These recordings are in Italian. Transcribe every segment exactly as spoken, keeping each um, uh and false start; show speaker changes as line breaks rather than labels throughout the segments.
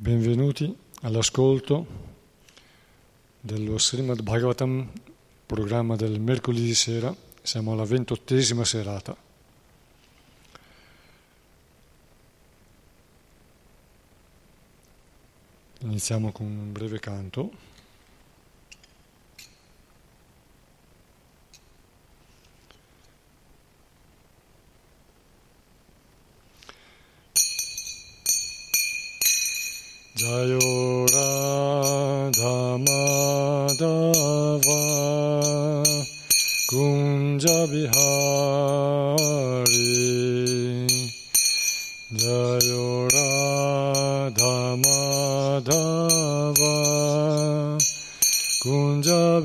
Benvenuti all'ascolto dello Srimad Bhagavatam, programma del mercoledì sera. Siamo alla ventottesima serata. Iniziamo con un breve canto. Jayo Radha Madhava Kunja Bihari Jayo Radha Madhava Kunja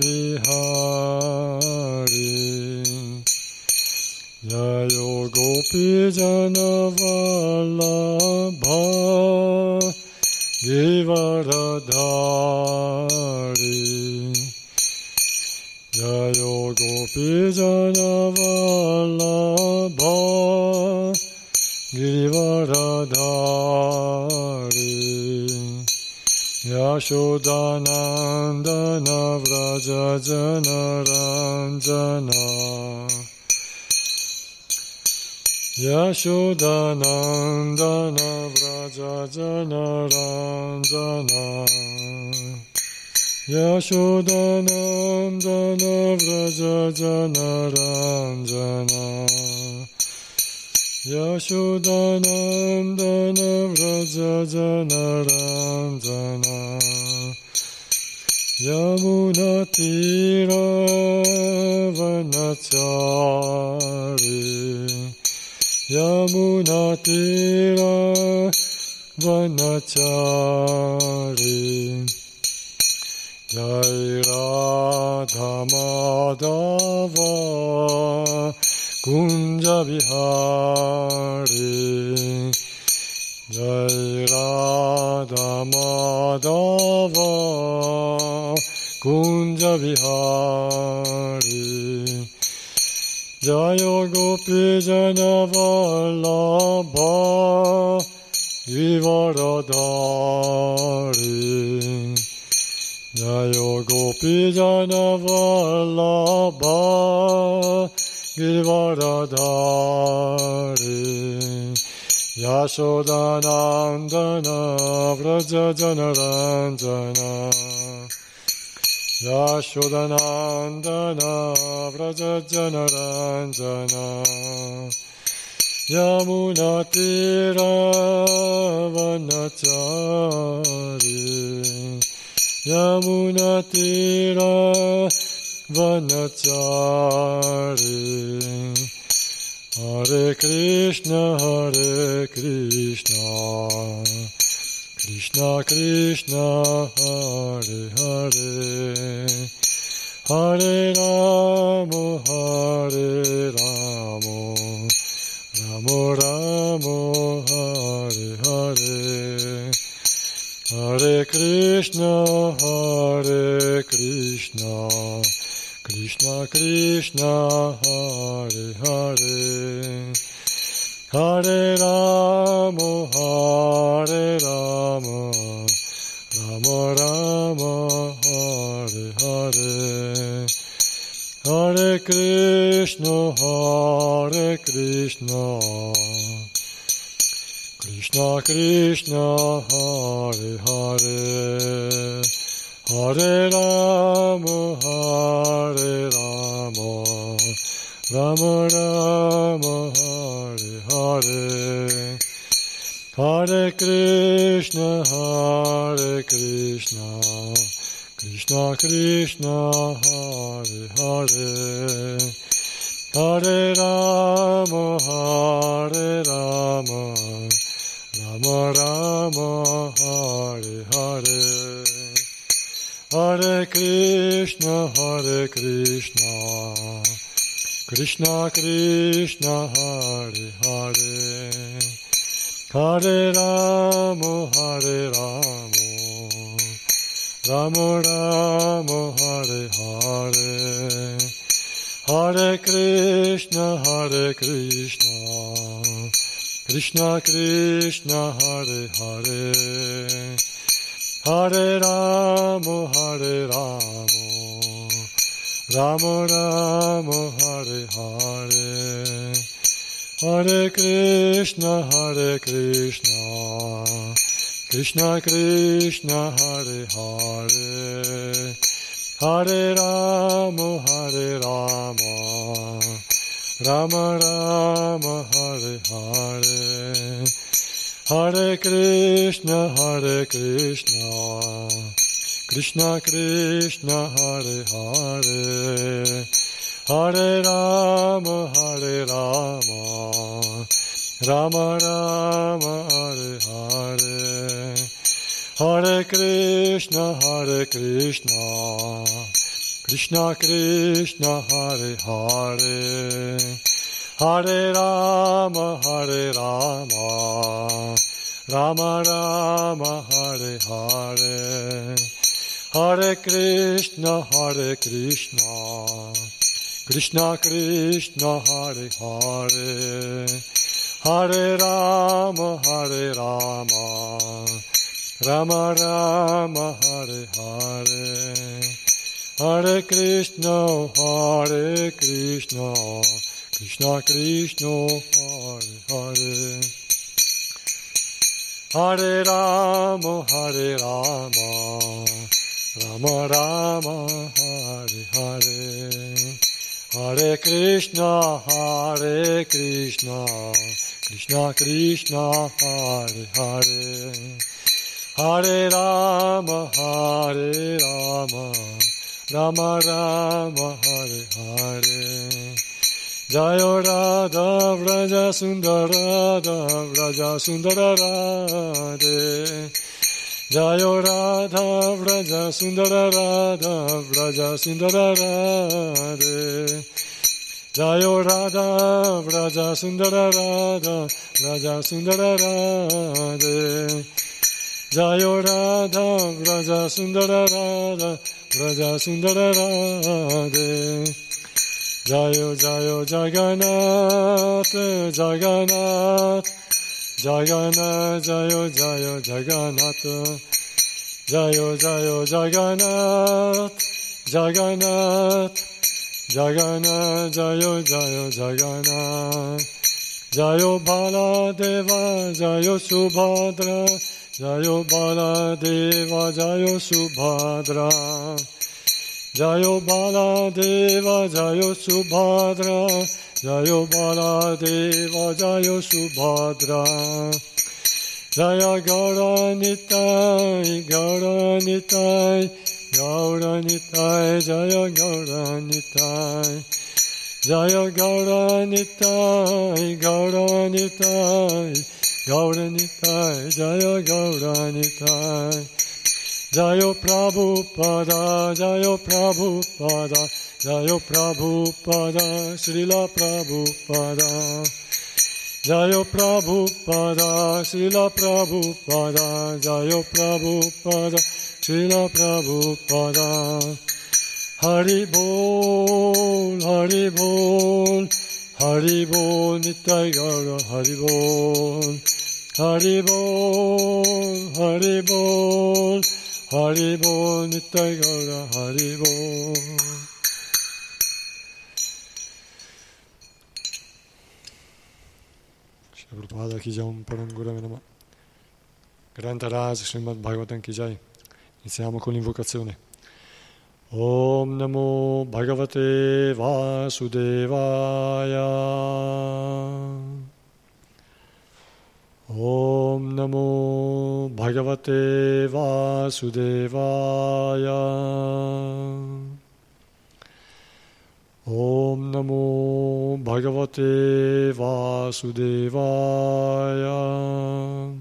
Bihari Jayo Gopi Jana Vallabha Givaradhari Jayo Gopi Jana Vallabha Givaradhari Yashodanandana Vraja Jana Ranjana Yashodanandana Vraja Jana Ranjana Yashodanandana Vraja Jana Ranjana Yashodanandana Vraja Jana Ranjana Yamuna Tira Vanachari Yamuna Tira Vanachari Jai Radha Madhava Kunja Bihari Jai Radha Madhava Kunja Bihari Jayo Gopi Jana Vallabha Givaradhari Jayo Gopi Jana Vallabha Givaradhari Yashodanandana Vraja Jana Ranjana Yashodanandana Vraja Jana Ranjana Yamuna Tira Vanachari Yamuna Tira Vanachari Hare Krishna Hare Krishna Krishna Krishna Hare Hare Hare Ramo Hare Ramo Ramo Ramo Hare Hare Hare Krishna Hare Krishna Krishna Krishna Hare Hare Hare Ramo Hare Ramo Ramo Ramo Hare Hare Hare Krishna Hare Krishna Krishna Krishna Hare Hare Hare Ramo Hare Ramo Ramo Ramo Hare Hare Hare Krishna Hare Krishna Krishna Krishna Hare Hare Hare Ramo Hare Ramo Ramo Ramo Hare Hare Hare Krishna Hare Krishna Krishna Krishna Hare Hare Hare Ramo Hare Ramo Ramo Ramo Hare Hare Hare Krishna Hare Krishna Krishna Krishna Hare Hare Hare Rama, Hare Rama, Rama Rama, Hare Hare, Hare Krishna, Hare Krishna, Krishna Krishna, Hare Hare, Hare Rama, Hare Rama, Rama Rama, Hare Hare, Hare Krishna, Hare Krishna, Krishna Krishna, Hare Hare, Hare Rama, Hare Rama, Rama Rama, Hare Hare, Hare Krishna, Hare Krishna, Krishna Krishna, Hare Hare, Hare Rama, Hare Rama, Rama Rama, Hare Hare, Hare Krishna, Hare Krishna, Krishna Krishna, Hare Hare, Hare Rama, Hare Rama, Rama Rama, Hare Hare, Hare Krishna, Hare Krishna, Krishna Krishna, Hare Hare, Hare Rama, Hare Rama, Rama Rama, Hare Hare, Hare Krishna, Hare Krishna, Krishna Krishna, Hare Hare, Hare Rama, Hare Rama, Rama Rama, Hare Hare, Jayo Radha Vraja Sundara Radha Vraja Sundara Radhe, Jayo Radha Vraja Sundara Radha Vraja Sundara Radhe, Jayo Radha Vraja Sundara Radha Vraja Sundara Radhe, Jayo Radha Vraja Sundara Radha Vraja Sundara Radhe, Jayo Jayo Jagannath, Jagannath, Jagannath, Jayo Jayo Jagannath, Jayo Jayo Jagannath, Jagannath, Jagannath, Jayo Jayo Jagannath, Jayo Baladeva, Jayo Subhadra, Jayo Baladeva, Jayo Subhadra, Jayo Baladeva, Jayo Subhadra, Jayo Baladeva, Jayo Subhadra, Jaya Gaura Nitai, Gaura Nitai, Gaura Nitai, Jaya Gaura Nitai, Jaya Gaura Nitai, Gaura Nitai, Gaura Nitai, Jaya Gaura Nitai, Jayo Prabhupada, Jayo Prabhupada, Jayo Prabhupada, Srila Prabhupada, Jayo Prabhupada, Srila Prabhupada, Jayo Prabhupada, Srila Prabhupada, Hari Bol, Hari Bol, Hari Bol, Nitai Gaura, Hari Bol, Hari Bol, Hari Bol, Hari Bol, Nitai Gaura, Hari Bol. Shri Prabhupada ki jai, Param Gurave Namah. Grantaraj Srimad Bhagavatam ki jai. Iniziamo con l'invocazione. Om Namo Bhagavate Vasudevaya. Om Namo Bhagavate Vasudevaya. Om Namo Bhagavate Vasudevaya.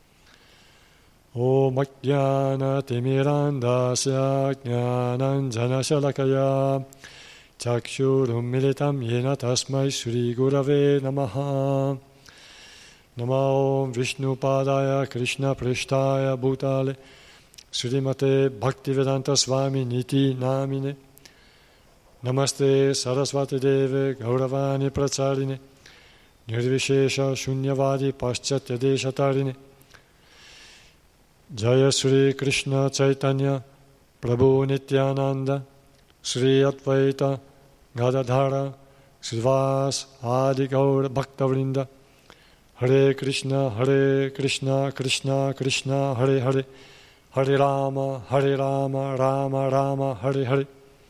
Om Ajnana Timirandasya Jnananjana Shalakaya Chakshurum Militam Yena Tasmai Shri Gurave Namaha. Namo Vishnu Padaya Krishna Prishtaya Bhutale Srimate Bhaktivedanta Swami Niti Namine. Namaste Saraswati Deve Gauravani Pracharine Nirvishesha Shunyavadi Paschatya Deshatarine Jaya Sri Krishna Chaitanya Prabhu Nityananda Sri Advaita Gadadhara Srivas Adi Gaur Bhaktavrinda Hare Krishna Hare Krishna Krishna Krishna Hare Hare Hare Rama Hare Rama Rama Rama Hare Hare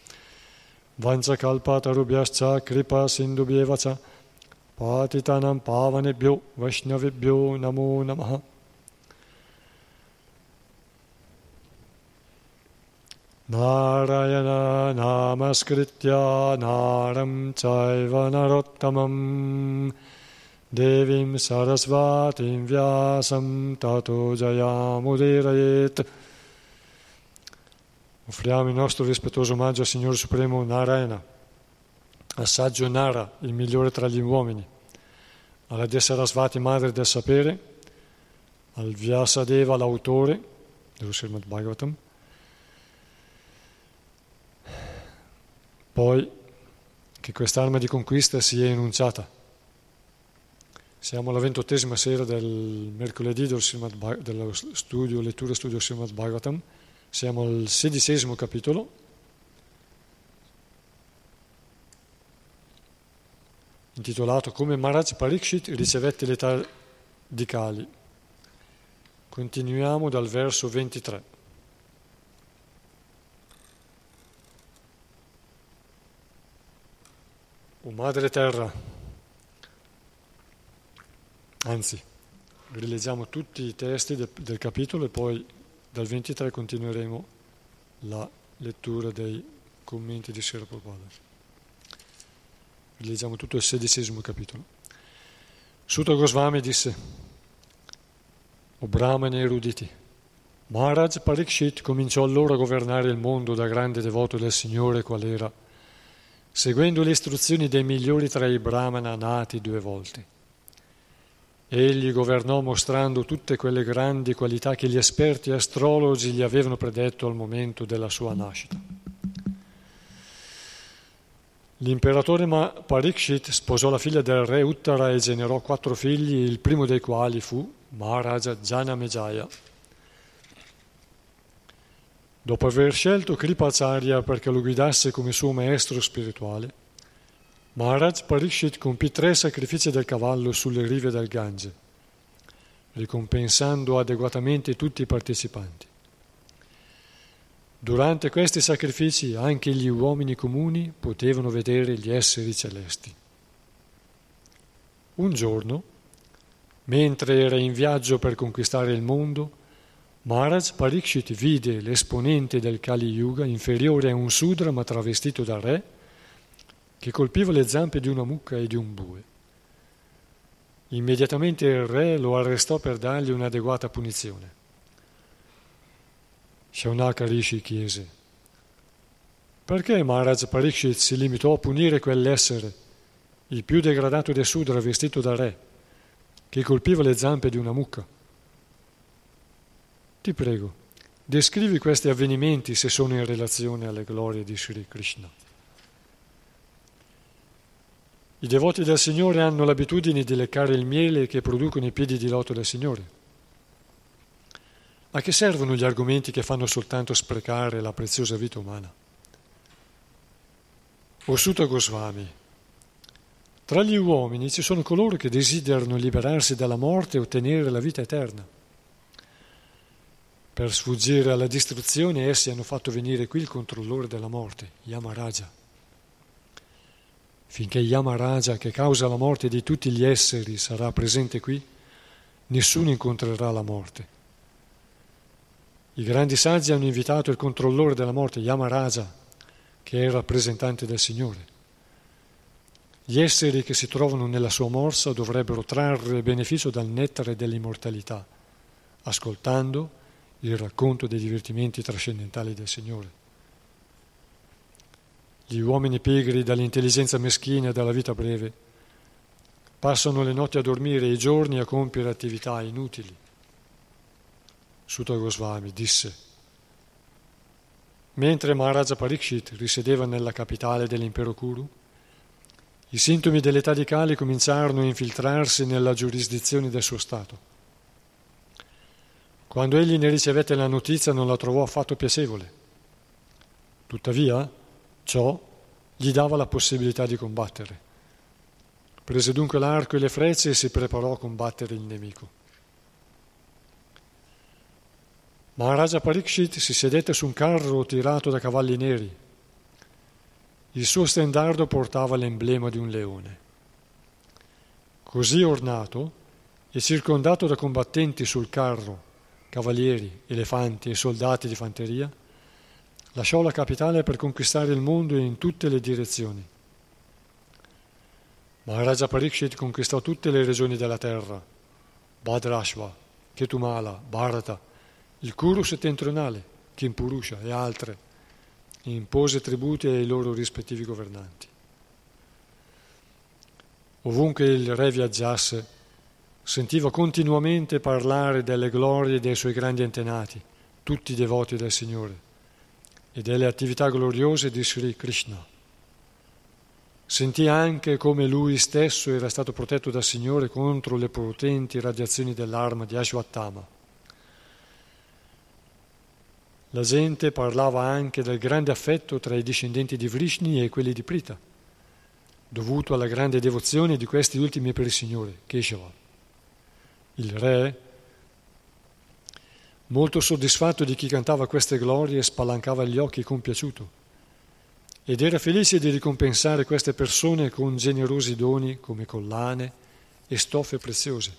Vanchakalpatarubhyascha Kripa Sindhubhyevacha Patitanam Pavanebhyo Vaishnavibhyo Namo Namaha. Narayana Namaskritya Naram Chaiva Narottamam Devim Sarasvatim Vyasam Tato Jayamudiraet. Offriamo il nostro rispettoso omaggio al Signore Supremo Narayana, al saggio Nara, il migliore tra gli uomini, alla Dea Sarasvati, madre del sapere, al Vyasadeva, l'autore dello Srimad Bhagavatam. Poi che quest'arma di conquista sia enunciata. Siamo alla ventottesima sera del mercoledì dello, Srimad, dello studio, lettura e studio Srimad Bhagavatam. Siamo al sedicesimo capitolo. Intitolato Come Maharaj Parikshit ricevette l'età di Kali. Continuiamo dal verso ventitré. O Madre Terra, anzi, rileggiamo tutti i testi del, del capitolo e poi dal ventitré continueremo la lettura dei commenti di Srila Prabhupada. Rileggiamo tutto il sedicesimo capitolo. Sutta Goswami disse: O Brahmani eruditi, Maharaj Parikshit cominciò allora a governare il mondo da grande devoto del Signore qual era, seguendo le istruzioni dei migliori tra i Brahmana nati due volte. Egli governò mostrando tutte quelle grandi qualità che gli esperti astrologi gli avevano predetto al momento della sua nascita. L'imperatore Parikshit sposò la figlia del re Uttara e generò quattro figli, il primo dei quali fu Maharaja Janamejaya. Dopo aver scelto Kripacharya perché lo guidasse come suo maestro spirituale, Maharaj Parikshit compì tre sacrifici del cavallo sulle rive del Gange, ricompensando adeguatamente tutti i partecipanti. Durante questi sacrifici anche gli uomini comuni potevano vedere gli esseri celesti. Un giorno, mentre era in viaggio per conquistare il mondo, Maharaj Parikshit vide l'esponente del Kali Yuga inferiore a un Sudra ma travestito da re che colpiva le zampe di una mucca e di un bue. Immediatamente il re lo arrestò per dargli un'adeguata punizione. Shaunaka Rishi chiese: perché Maharaj Parikshit si limitò a punire quell'essere, il più degradato dei Sudra vestito da re, che colpiva le zampe di una mucca? Ti prego, descrivi questi avvenimenti se sono in relazione alle glorie di Sri Krishna. I devoti del Signore hanno l'abitudine di leccare il miele che producono i piedi di loto del Signore. A che servono gli argomenti che fanno soltanto sprecare la preziosa vita umana? O Sutta Goswami, tra gli uomini ci sono coloro che desiderano liberarsi dalla morte e ottenere la vita eterna. Per sfuggire alla distruzione, essi hanno fatto venire qui il controllore della morte, Yamaraja. Finché Yamaraja, che causa la morte di tutti gli esseri, sarà presente qui, nessuno incontrerà la morte. I grandi saggi hanno invitato il controllore della morte, Yamaraja, che è il rappresentante del Signore. Gli esseri che si trovano nella sua morsa dovrebbero trarre beneficio dal nettare dell'immortalità, ascoltando il racconto dei divertimenti trascendentali del Signore. Gli uomini pigri dall'intelligenza meschina e dalla vita breve passano le notti a dormire e i giorni a compiere attività inutili. Sutta Goswami disse: mentre Maharaja Parikshit risiedeva nella capitale dell'impero Kuru, i sintomi dell'età di Kali cominciarono a infiltrarsi nella giurisdizione del suo stato. Quando egli ne ricevette la notizia non la trovò affatto piacevole. Tuttavia, ciò gli dava la possibilità di combattere. Prese dunque l'arco e le frecce e si preparò a combattere il nemico. Maharaja Parikshit si sedette su un carro tirato da cavalli neri. Il suo stendardo portava l'emblema di un leone. Così ornato e circondato da combattenti sul carro, cavalieri, elefanti e soldati di fanteria, lasciò la capitale per conquistare il mondo in tutte le direzioni. Maharaja Parikshit conquistò tutte le regioni della terra, Bhadrashva, Ketumala, Bharata, il Kuru settentrionale, Kimpurusha e altre, e impose tributi ai loro rispettivi governanti. Ovunque il re viaggiasse, sentiva continuamente parlare delle glorie dei suoi grandi antenati, tutti devoti del Signore, e delle attività gloriose di Sri Krishna. Sentì anche come lui stesso era stato protetto dal Signore contro le potenti radiazioni dell'arma di Ashwatthama. La gente parlava anche del grande affetto tra i discendenti di Vrishni e quelli di Prita, dovuto alla grande devozione di questi ultimi per il Signore, Keshava. Il re, molto soddisfatto di chi cantava queste glorie, spalancava gli occhi compiaciuto ed era felice di ricompensare queste persone con generosi doni come collane e stoffe preziose.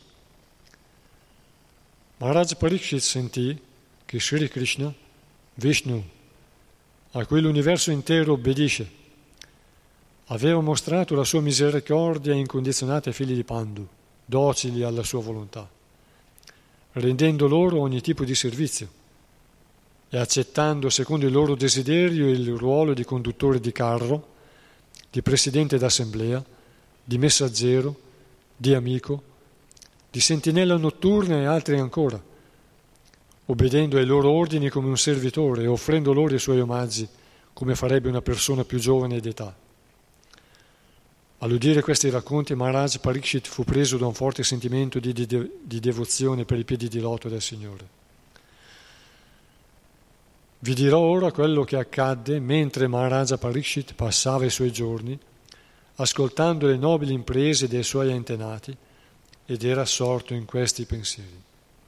Maharaj Parikshit sentì che Sri Krishna, Vishnu, a cui l'universo intero obbedisce, aveva mostrato la sua misericordia incondizionata ai figli di Pandu, docili alla sua volontà, rendendo loro ogni tipo di servizio e accettando secondo il loro desiderio il ruolo di conduttore di carro, di presidente d'assemblea, di messaggero, di amico, di sentinella notturna e altri ancora, obbedendo ai loro ordini come un servitore e offrendo loro i suoi omaggi come farebbe una persona più giovane d'età. All'udire questi racconti, Maharaj Parikshit fu preso da un forte sentimento di, di, di devozione per i piedi di loto del Signore. Vi dirò ora quello che accadde mentre Maharaja Parikshit passava i suoi giorni ascoltando le nobili imprese dei suoi antenati ed era assorto in questi pensieri.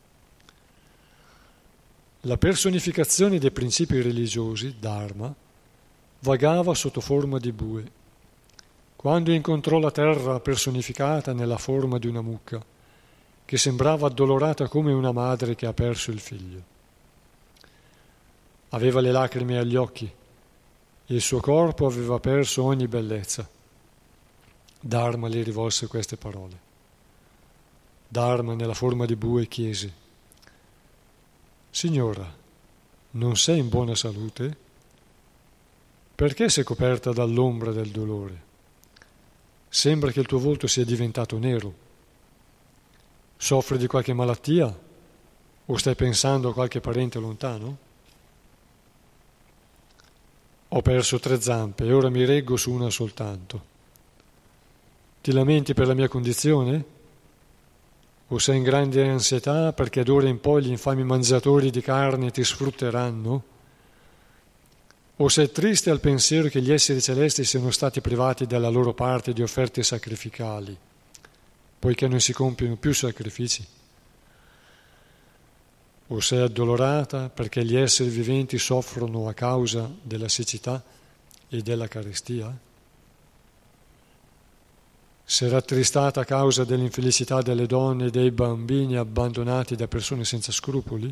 La personificazione dei principi religiosi, Dharma, vagava sotto forma di bue, quando incontrò la terra personificata nella forma di una mucca, che sembrava addolorata come una madre che ha perso il figlio. Aveva le lacrime agli occhi e il suo corpo aveva perso ogni bellezza. Dharma le rivolse queste parole. Dharma, nella forma di bue, chiese: Signora, non sei in buona salute? Perché sei coperta dall'ombra del dolore? Sembra che il tuo volto sia diventato nero. Soffri di qualche malattia o stai pensando a qualche parente lontano? Ho perso tre zampe e ora mi reggo su una soltanto. Ti lamenti per la mia condizione? O sei in grande ansietà perché d'ora in poi gli infami mangiatori di carne ti sfrutteranno? O sei triste al pensiero che gli esseri celesti siano stati privati della loro parte di offerte sacrificali, poiché non si compiono più sacrifici? O sei addolorata perché gli esseri viventi soffrono a causa della siccità e della carestia? Sei rattristata a causa dell'infelicità delle donne e dei bambini abbandonati da persone senza scrupoli?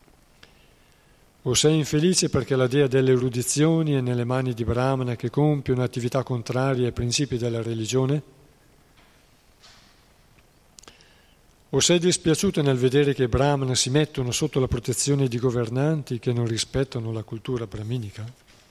O sei infelice perché la dea delle erudizioni è nelle mani di Brahmana che compiono attività contrarie ai principi della religione? O sei dispiaciuta nel vedere che i Brahmana si mettono sotto la protezione di governanti che non rispettano la cultura brahminica?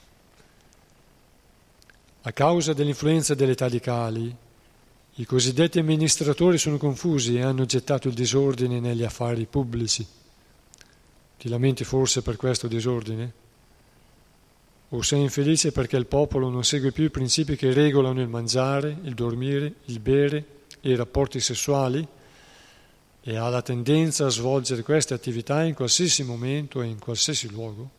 A causa dell'influenza delle tali Kali, i cosiddetti amministratori sono confusi e hanno gettato il disordine negli affari pubblici. Ti lamenti forse per questo disordine? O sei infelice perché il popolo non segue più i principi che regolano il mangiare, il dormire, il bere e i rapporti sessuali? e ha la tendenza a svolgere queste attività in qualsiasi momento e in qualsiasi luogo.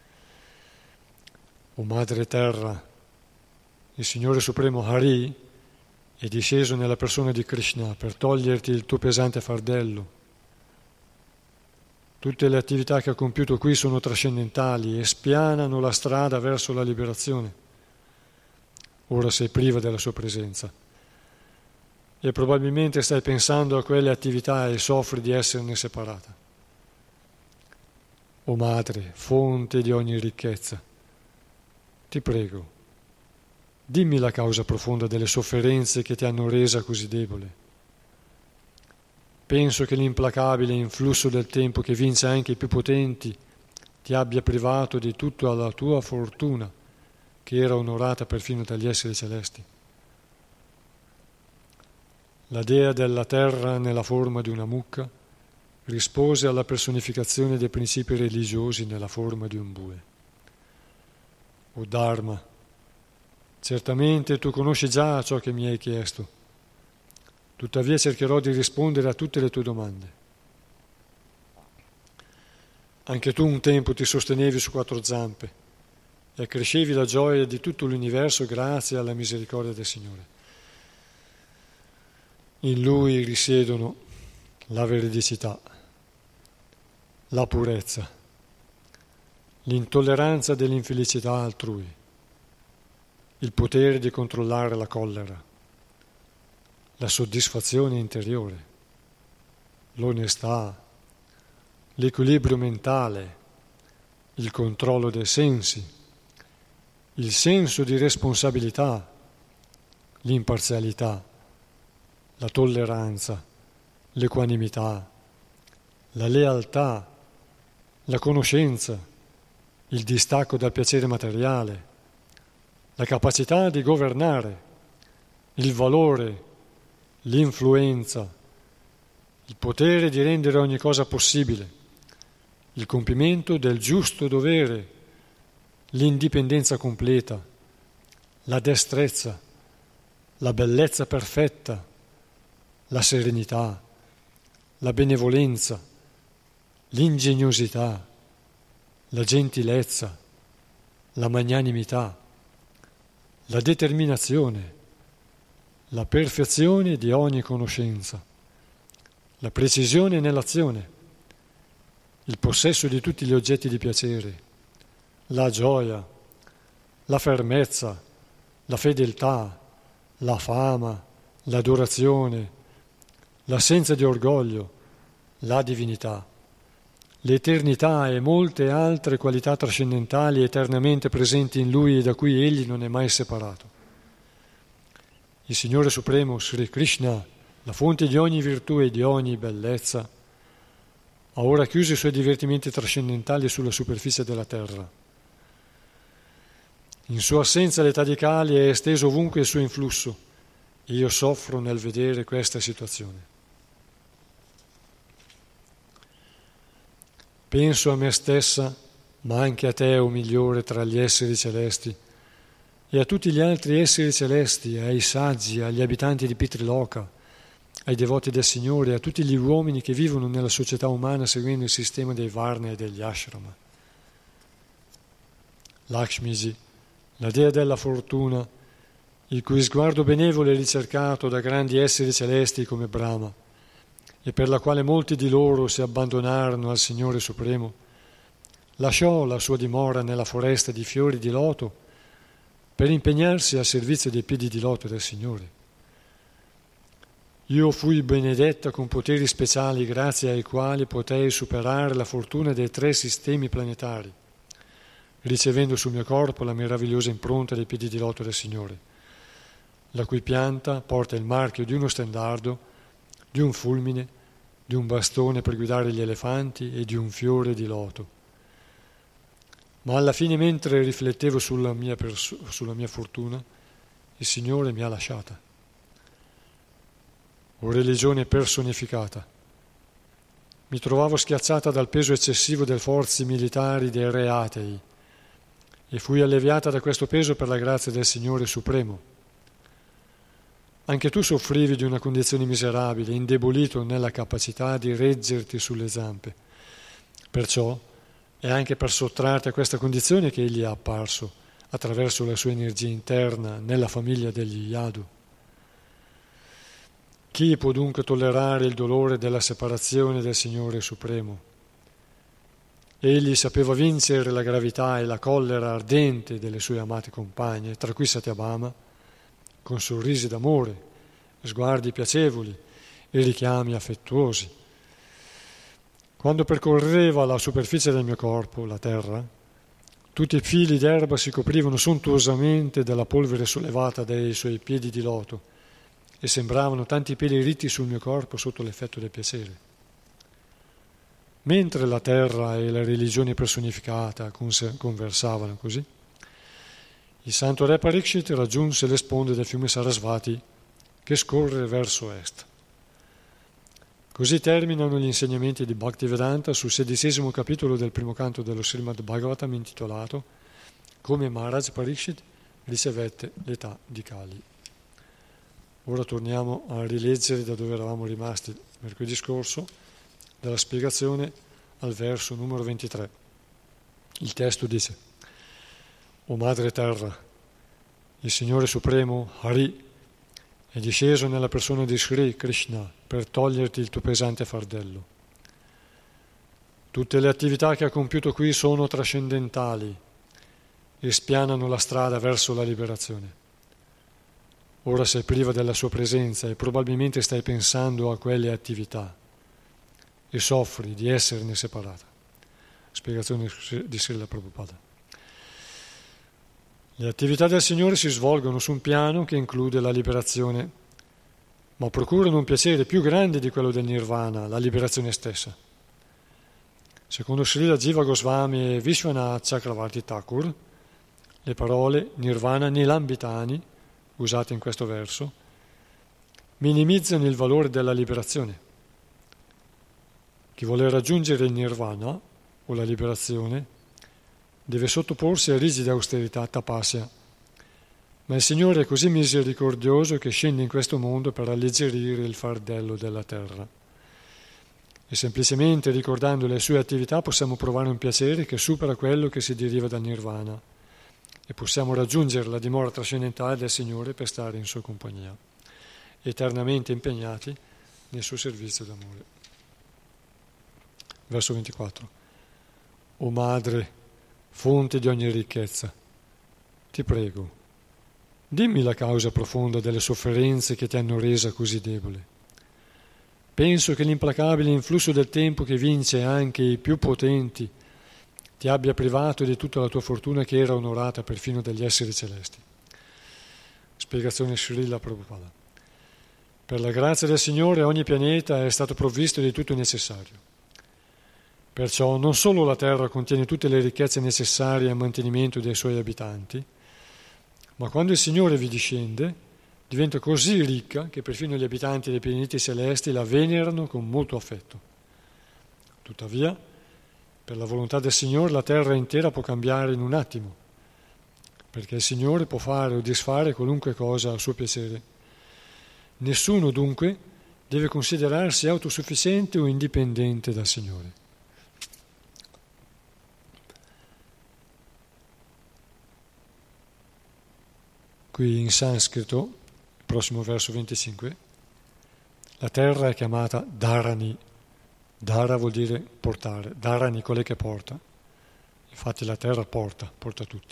O Madre Terra, il Signore Supremo Hari è disceso nella persona di Krishna per toglierti il tuo pesante fardello. Tutte le attività che ha compiuto qui sono trascendentali e spianano la strada verso la liberazione. Ora sei priva della sua presenza e probabilmente stai pensando a quelle attività e soffri di esserne separata. O Madre, fonte di ogni ricchezza, ti prego, dimmi la causa profonda delle sofferenze che ti hanno resa così debole. Penso che l'implacabile influsso del tempo che vince anche i più potenti ti abbia privato di tutta la tua fortuna, che era onorata perfino dagli esseri celesti. La dea della terra nella forma di una mucca rispose alla personificazione dei principi religiosi nella forma di un bue. O Dharma, certamente tu conosci già ciò che mi hai chiesto. Tuttavia cercherò di rispondere a tutte le tue domande. Anche tu un tempo ti sostenevi su quattro zampe e accrescevi la gioia di tutto l'universo grazie alla misericordia del Signore. In Lui risiedono la veridicità, la purezza, l'intolleranza dell'infelicità altrui, il potere di controllare la collera, la soddisfazione interiore, l'onestà, l'equilibrio mentale, il controllo dei sensi, il senso di responsabilità, l'imparzialità, la tolleranza, l'equanimità, la lealtà, la conoscenza, il distacco dal piacere materiale, la capacità di governare, il valore, l'influenza, il potere di rendere ogni cosa possibile, il compimento del giusto dovere, l'indipendenza completa, la destrezza, la bellezza perfetta, la serenità, la benevolenza, l'ingegnosità, la gentilezza, la magnanimità, la determinazione, la perfezione di ogni conoscenza, la precisione nell'azione, il possesso di tutti gli oggetti di piacere, la gioia, la fermezza, la fedeltà, la fama, l'adorazione, l'assenza di orgoglio, la divinità, l'eternità e molte altre qualità trascendentali eternamente presenti in Lui e da cui Egli non è mai separato. Il Signore Supremo, Sri Krishna, la fonte di ogni virtù e di ogni bellezza, ha ora chiuso i suoi divertimenti trascendentali sulla superficie della terra. In sua assenza l'età di Kali è esteso ovunque il suo influsso e io soffro nel vedere questa situazione. Penso a me stessa, ma anche a te, o migliore tra gli esseri celesti, e a tutti gli altri esseri celesti, ai saggi, agli abitanti di Pitriloka, ai devoti del Signore, a tutti gli uomini che vivono nella società umana seguendo il sistema dei Varna e degli Ashrama. Lakshmiji, la dea della fortuna, il cui sguardo benevolo è ricercato da grandi esseri celesti come Brahma, e per la quale molti di loro si abbandonarono al Signore Supremo, lasciò la sua dimora nella foresta di fiori di loto per impegnarsi al servizio dei piedi di loto del Signore. Io fui benedetta con poteri speciali grazie ai quali potei superare la fortuna dei tre sistemi planetari, ricevendo sul mio corpo la meravigliosa impronta dei piedi di loto del Signore, la cui pianta porta il marchio di uno stendardo, di un fulmine, di un bastone per guidare gli elefanti e di un fiore di loto. Ma alla fine, mentre riflettevo sulla mia, perso- sulla mia fortuna, il Signore mi ha lasciata. O religione personificata, mi trovavo schiacciata dal peso eccessivo delle forze militari dei re atei e fui alleviata da questo peso per la grazia del Signore Supremo. Anche tu soffrivi di una condizione miserabile, indebolito nella capacità di reggerti sulle zampe. Perciò è anche per sottrarti a questa condizione che egli è apparso, attraverso la sua energia interna, nella famiglia degli Yadu. Chi può dunque tollerare il dolore della separazione del Signore Supremo? Egli sapeva vincere la gravità e la collera ardente delle sue amate compagne, tra cui Satyabhama, con sorrisi d'amore, sguardi piacevoli e richiami affettuosi. Quando percorreva la superficie del mio corpo, la terra, tutti i fili d'erba si coprivano sontuosamente dalla polvere sollevata dai suoi piedi di loto e sembravano tanti peli ritti sul mio corpo sotto l'effetto del piacere. Mentre la terra e la religione personificata conversavano così, il santo re Parikshit raggiunse le sponde del fiume Sarasvati che scorre verso est. Così terminano gli insegnamenti di Bhaktivedanta sul sedicesimo capitolo del primo canto dello Srimad Bhagavatam intitolato Come Maharaj Parikshit ricevette l'età di Kali. Ora torniamo a rileggere da dove eravamo rimasti mercoledì scorso, dalla spiegazione al verso numero ventitré. Il testo dice: O Madre Terra, il Signore Supremo Hari è disceso nella persona di Sri Krishna per toglierti il tuo pesante fardello. Tutte le attività che ha compiuto qui sono trascendentali e spianano la strada verso la liberazione. Ora sei priva della sua presenza e probabilmente stai pensando a quelle attività e soffri di esserne separata. Spiegazione di Srila Prabhupada. Le attività del Signore si svolgono su un piano che include la liberazione, ma procurano un piacere più grande di quello del Nirvana, la liberazione stessa. Secondo Srila Jiva Goswami e Vishwanath Chakravarti Thakur, le parole Nirvana Nilambitani, usate in questo verso, minimizzano il valore della liberazione. Chi vuole raggiungere il Nirvana, o la liberazione, deve sottoporsi a rigide austerità tapasya. Ma il Signore è così misericordioso che scende in questo mondo per alleggerire il fardello della terra. E semplicemente ricordando le sue attività possiamo provare un piacere che supera quello che si deriva dal Nirvana e possiamo raggiungere la dimora trascendentale del Signore per stare in sua compagnia, eternamente impegnati nel suo servizio d'amore. Verso ventiquattro. O Madre, fonte di ogni ricchezza, ti prego, dimmi la causa profonda delle sofferenze che ti hanno resa così debole. Penso che l'implacabile influsso del tempo che vince anche i più potenti ti abbia privato di tutta la tua fortuna che era onorata perfino dagli esseri celesti. Spiegazione Srila Prabhupada. Per la grazia del Signore ogni pianeta è stato provvisto di tutto il necessario. Perciò non solo la terra contiene tutte le ricchezze necessarie al mantenimento dei suoi abitanti, ma quando il Signore vi discende, diventa così ricca che perfino gli abitanti dei pianeti celesti la venerano con molto affetto. Tuttavia, per la volontà del Signore la terra intera può cambiare in un attimo, perché il Signore può fare o disfare qualunque cosa a suo piacere. Nessuno, dunque, deve considerarsi autosufficiente o indipendente dal Signore. Qui in sanscrito, il prossimo verso venticinque, la terra è chiamata Dharani. Dhara vuol dire portare, Dharani colei che porta. Infatti la terra porta, porta tutti.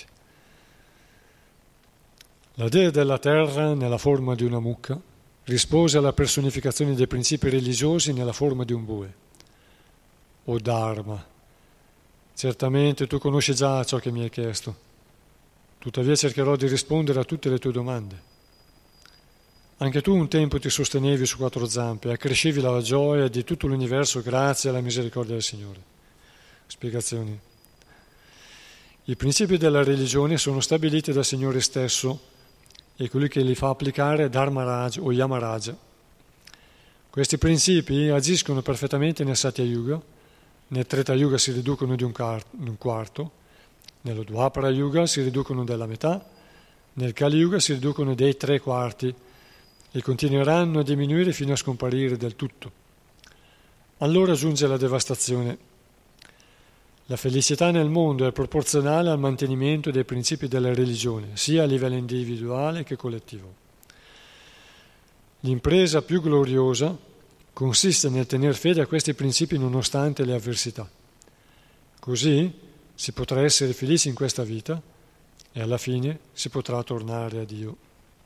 La dea della terra, nella forma di una mucca, rispose alla personificazione dei principi religiosi nella forma di un bue. O Dharma, certamente tu conosci già ciò che mi hai chiesto. Tuttavia cercherò di rispondere a tutte le tue domande. Anche tu un tempo ti sostenevi su quattro zampe e accrescevi la gioia di tutto l'universo grazie alla misericordia del Signore. Spiegazioni. I principi della religione sono stabiliti dal Signore stesso e colui che li fa applicare è Dharmaraj o Yamaraja. Questi principi agiscono perfettamente nel Satya Yuga, nel Treta Yuga si riducono di un, car- un quarto, nello Dwapara Yuga si riducono della metà, nel Kali Yuga si riducono dei tre quarti e continueranno a diminuire fino a scomparire del tutto. Allora giunge la devastazione. La felicità nel mondo è proporzionale al mantenimento dei principi della religione, sia a livello individuale che collettivo. L'impresa più gloriosa consiste nel tener fede a questi principi nonostante le avversità. Così si potrà essere felici in questa vita e alla fine si potrà tornare a Dio.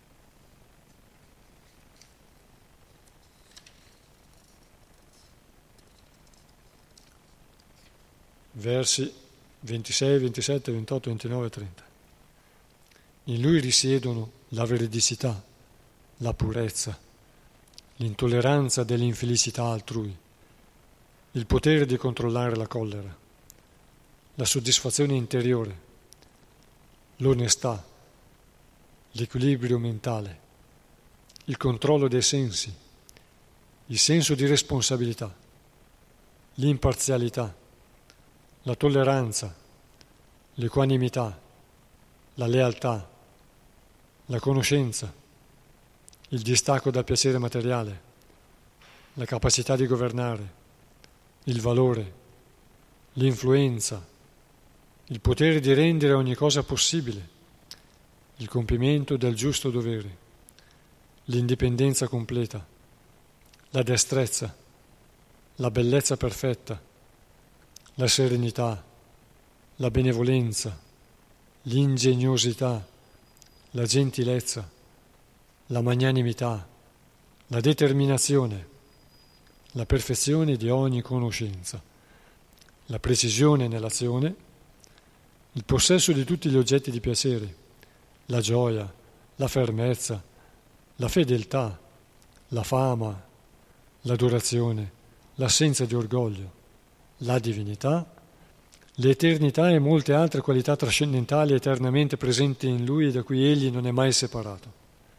Versi ventisei, ventisette, ventotto, ventinove e trenta. In lui risiedono la veridicità, la purezza, l'intolleranza dell'infelicità altrui, il potere di controllare la collera, la soddisfazione interiore, l'onestà, l'equilibrio mentale, il controllo dei sensi, il senso di responsabilità, l'imparzialità, la tolleranza, l'equanimità, la lealtà, la conoscenza, il distacco dal piacere materiale, la capacità di governare, il valore, l'influenza, il potere di rendere ogni cosa possibile, il compimento del giusto dovere, l'indipendenza completa, la destrezza, la bellezza perfetta, la serenità, la benevolenza, l'ingegnosità, la gentilezza, la magnanimità, la determinazione, la perfezione di ogni conoscenza, la precisione nell'azione, il possesso di tutti gli oggetti di piacere, la gioia, la fermezza, la fedeltà, la fama, l'adorazione, l'assenza di orgoglio, la divinità, l'eternità e molte altre qualità trascendentali eternamente presenti in Lui e da cui Egli non è mai separato.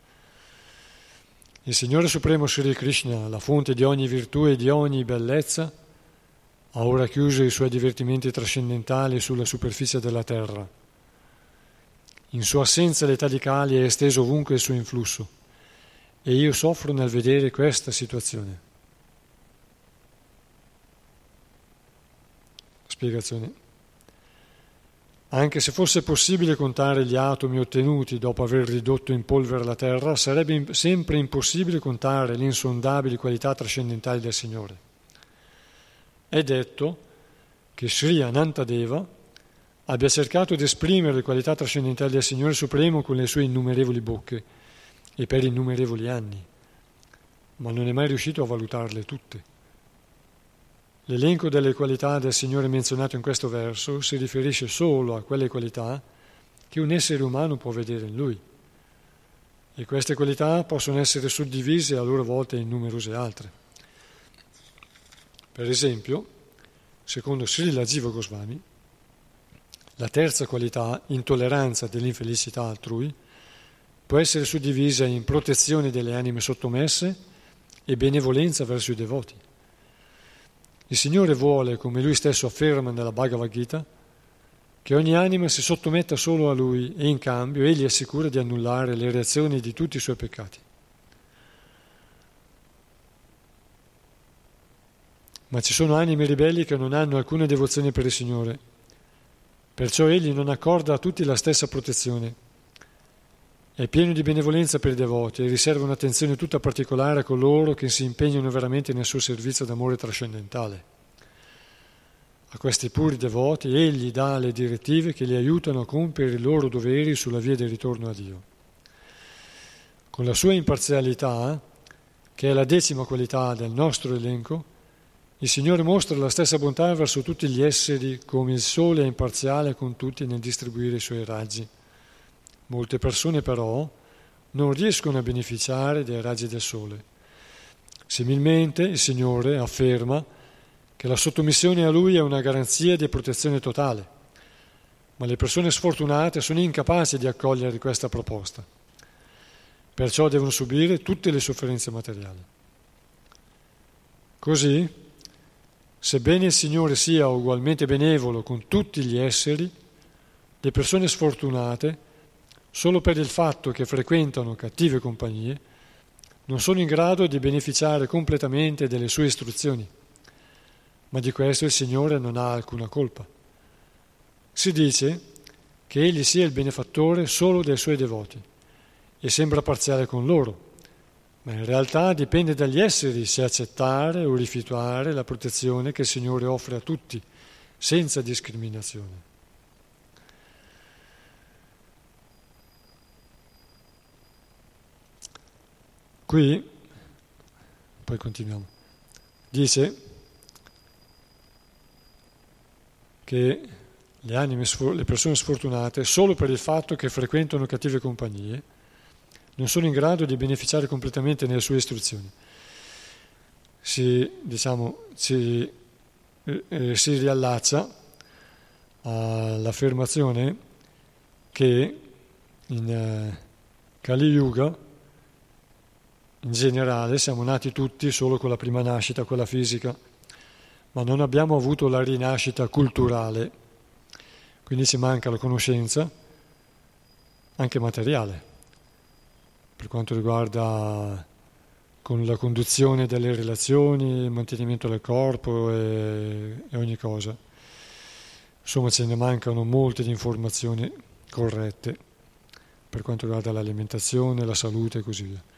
Il Signore Supremo Sri Krishna, la fonte di ogni virtù e di ogni bellezza, ha ora chiuso i suoi divertimenti trascendentali sulla superficie della terra. In sua assenza l'età di Kali è esteso ovunque il suo influsso e io soffro nel vedere questa situazione. Spiegazione. Anche se fosse possibile contare gli atomi ottenuti dopo aver ridotto in polvere la Terra, sarebbe sempre impossibile contare le insondabili qualità trascendentali del Signore. È detto che Sri Anantadeva abbia cercato di esprimere le qualità trascendentali del Signore Supremo con le sue innumerevoli bocche e per innumerevoli anni, ma non è mai riuscito a valutarle tutte. L'elenco delle qualità del Signore menzionato in questo verso si riferisce solo a quelle qualità che un essere umano può vedere in Lui, e queste qualità possono essere suddivise a loro volta in numerose altre. Per esempio, secondo Srila Jiva Goswami, la terza qualità, intolleranza dell'infelicità altrui, può essere suddivisa in protezione delle anime sottomesse e benevolenza verso i devoti. Il Signore vuole, come Lui stesso afferma nella Bhagavad Gita, che ogni anima si sottometta solo a Lui e in cambio Egli assicura di annullare le reazioni di tutti i suoi peccati. Ma ci sono anime ribelli che non hanno alcuna devozione per il Signore, perciò Egli non accorda a tutti la stessa protezione. È pieno di benevolenza per i devoti e riserva un'attenzione tutta particolare a coloro che si impegnano veramente nel suo servizio d'amore trascendentale. A questi puri devoti Egli dà le direttive che li aiutano a compiere i loro doveri sulla via del ritorno a Dio. Con la sua imparzialità, che è la decima qualità del nostro elenco, il Signore mostra la stessa bontà verso tutti gli esseri, come il Sole è imparziale con tutti nel distribuire i suoi raggi. Molte persone però non riescono a beneficiare dei raggi del Sole. Similmente il Signore afferma che la sottomissione a Lui è una garanzia di protezione totale, ma le persone sfortunate sono incapaci di accogliere questa proposta, perciò devono subire tutte le sofferenze materiali. Così, sebbene il Signore sia ugualmente benevolo con tutti gli esseri, le persone sfortunate, solo per il fatto che frequentano cattive compagnie, non sono in grado di beneficiare completamente delle sue istruzioni, ma di questo il Signore non ha alcuna colpa. Si dice che Egli sia il benefattore solo dei Suoi devoti e sembra parziale con loro, ma in realtà dipende dagli esseri se accettare o rifiutare la protezione che il Signore offre a tutti, senza discriminazione. Qui, poi continuiamo, dice che le anime, le persone sfortunate, solo per il fatto che frequentano cattive compagnie, non sono in grado di beneficiare completamente nelle sue istruzioni. Si, diciamo, si, eh, si riallaccia all'affermazione che in eh, Kali Yuga in generale siamo nati tutti solo con la prima nascita, quella fisica, ma non abbiamo avuto la rinascita culturale, quindi ci manca la conoscenza anche materiale, per quanto riguarda con la conduzione delle relazioni, il mantenimento del corpo e, e ogni cosa. Insomma, ce ne mancano molte di informazioni corrette per quanto riguarda l'alimentazione, la salute e così via.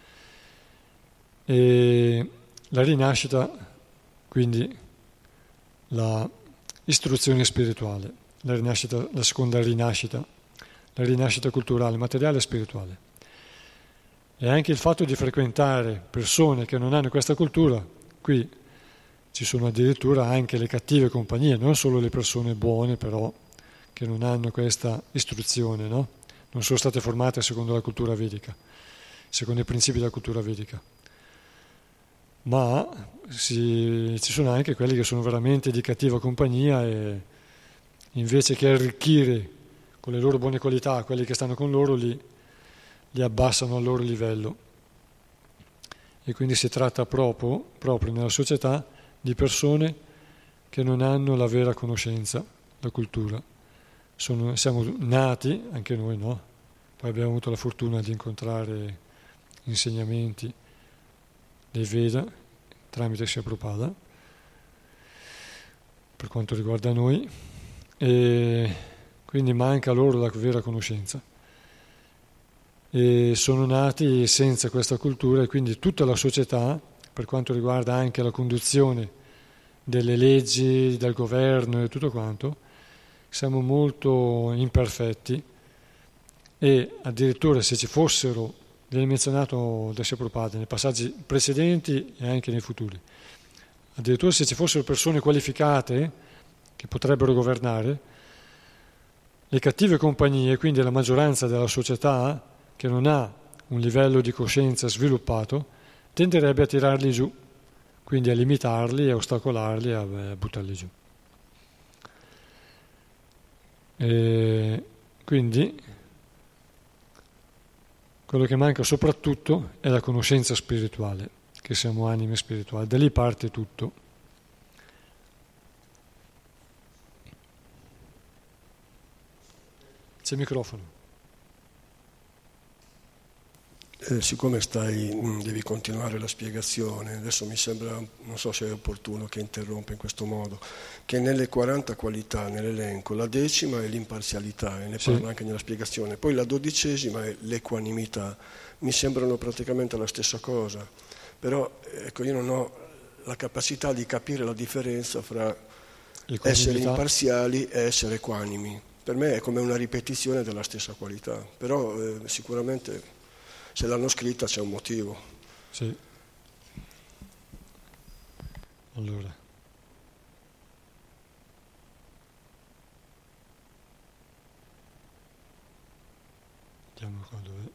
E la rinascita, quindi la istruzione spirituale, la, rinascita, la seconda rinascita, la rinascita culturale, materiale e spirituale. E anche il fatto di frequentare persone che non hanno questa cultura, qui ci sono addirittura anche le cattive compagnie, non solo le persone buone però, che non hanno questa istruzione, no? Non sono state formate secondo la cultura vedica, secondo i principi della cultura vedica. Ma si, ci sono anche quelli che sono veramente di cattiva compagnia e invece che arricchire con le loro buone qualità quelli che stanno con loro li, li abbassano al loro livello. E quindi si tratta proprio, proprio nella società di persone che non hanno la vera conoscenza, la cultura. Sono, siamo nati, anche noi no, poi abbiamo avuto la fortuna di incontrare insegnamenti dei Veda tramite Srila Prabhupada per quanto riguarda noi, e quindi manca loro la vera conoscenza e sono nati senza questa cultura, e quindi tutta la società, per quanto riguarda anche la conduzione delle leggi, del governo e tutto quanto, siamo molto imperfetti, e addirittura se ci fossero, viene menzionato da Srila Prabhupada nei passaggi precedenti e anche nei futuri, addirittura se ci fossero persone qualificate che potrebbero governare, le cattive compagnie, quindi la maggioranza della società che non ha un livello di coscienza sviluppato, tenderebbe a tirarli giù, quindi a limitarli, a ostacolarli, a, a buttarli giù. E quindi quello che manca soprattutto è la conoscenza spirituale, che siamo anime spirituali, da lì parte tutto. C'è il microfono.
Eh, siccome stai, devi continuare la spiegazione, adesso mi sembra, non so se è opportuno che interrompa in questo modo, che nelle quaranta qualità, nell'elenco, la decima è l'imparzialità, e ne
sì.
parla anche nella spiegazione, poi la dodicesima è l'equanimità, mi sembrano praticamente la stessa cosa, però ecco, io non ho la capacità di capire la differenza fra essere imparziali e essere equanimi. Per me è come una ripetizione della stessa qualità, però eh, sicuramente se l'hanno scritta c'è un motivo.
Sì. Allora. Vediamo qua dov'è.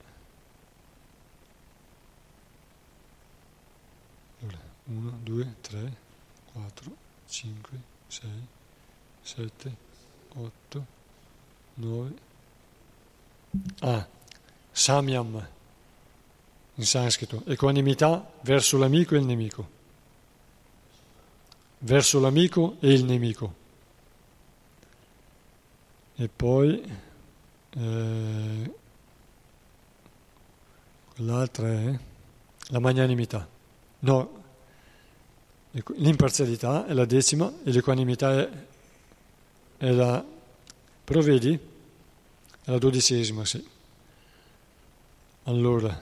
Allora, uno, due, tre, quattro, cinque, sei, sette, otto, nove. Ah, Samyam. In sanscrito, equanimità verso l'amico e il nemico, verso l'amico e il nemico. E poi eh, quell'altra è la magnanimità. No, l'imparzialità è la decima e l'equanimità è, è la, però vedi, è la dodicesima, sì. Allora,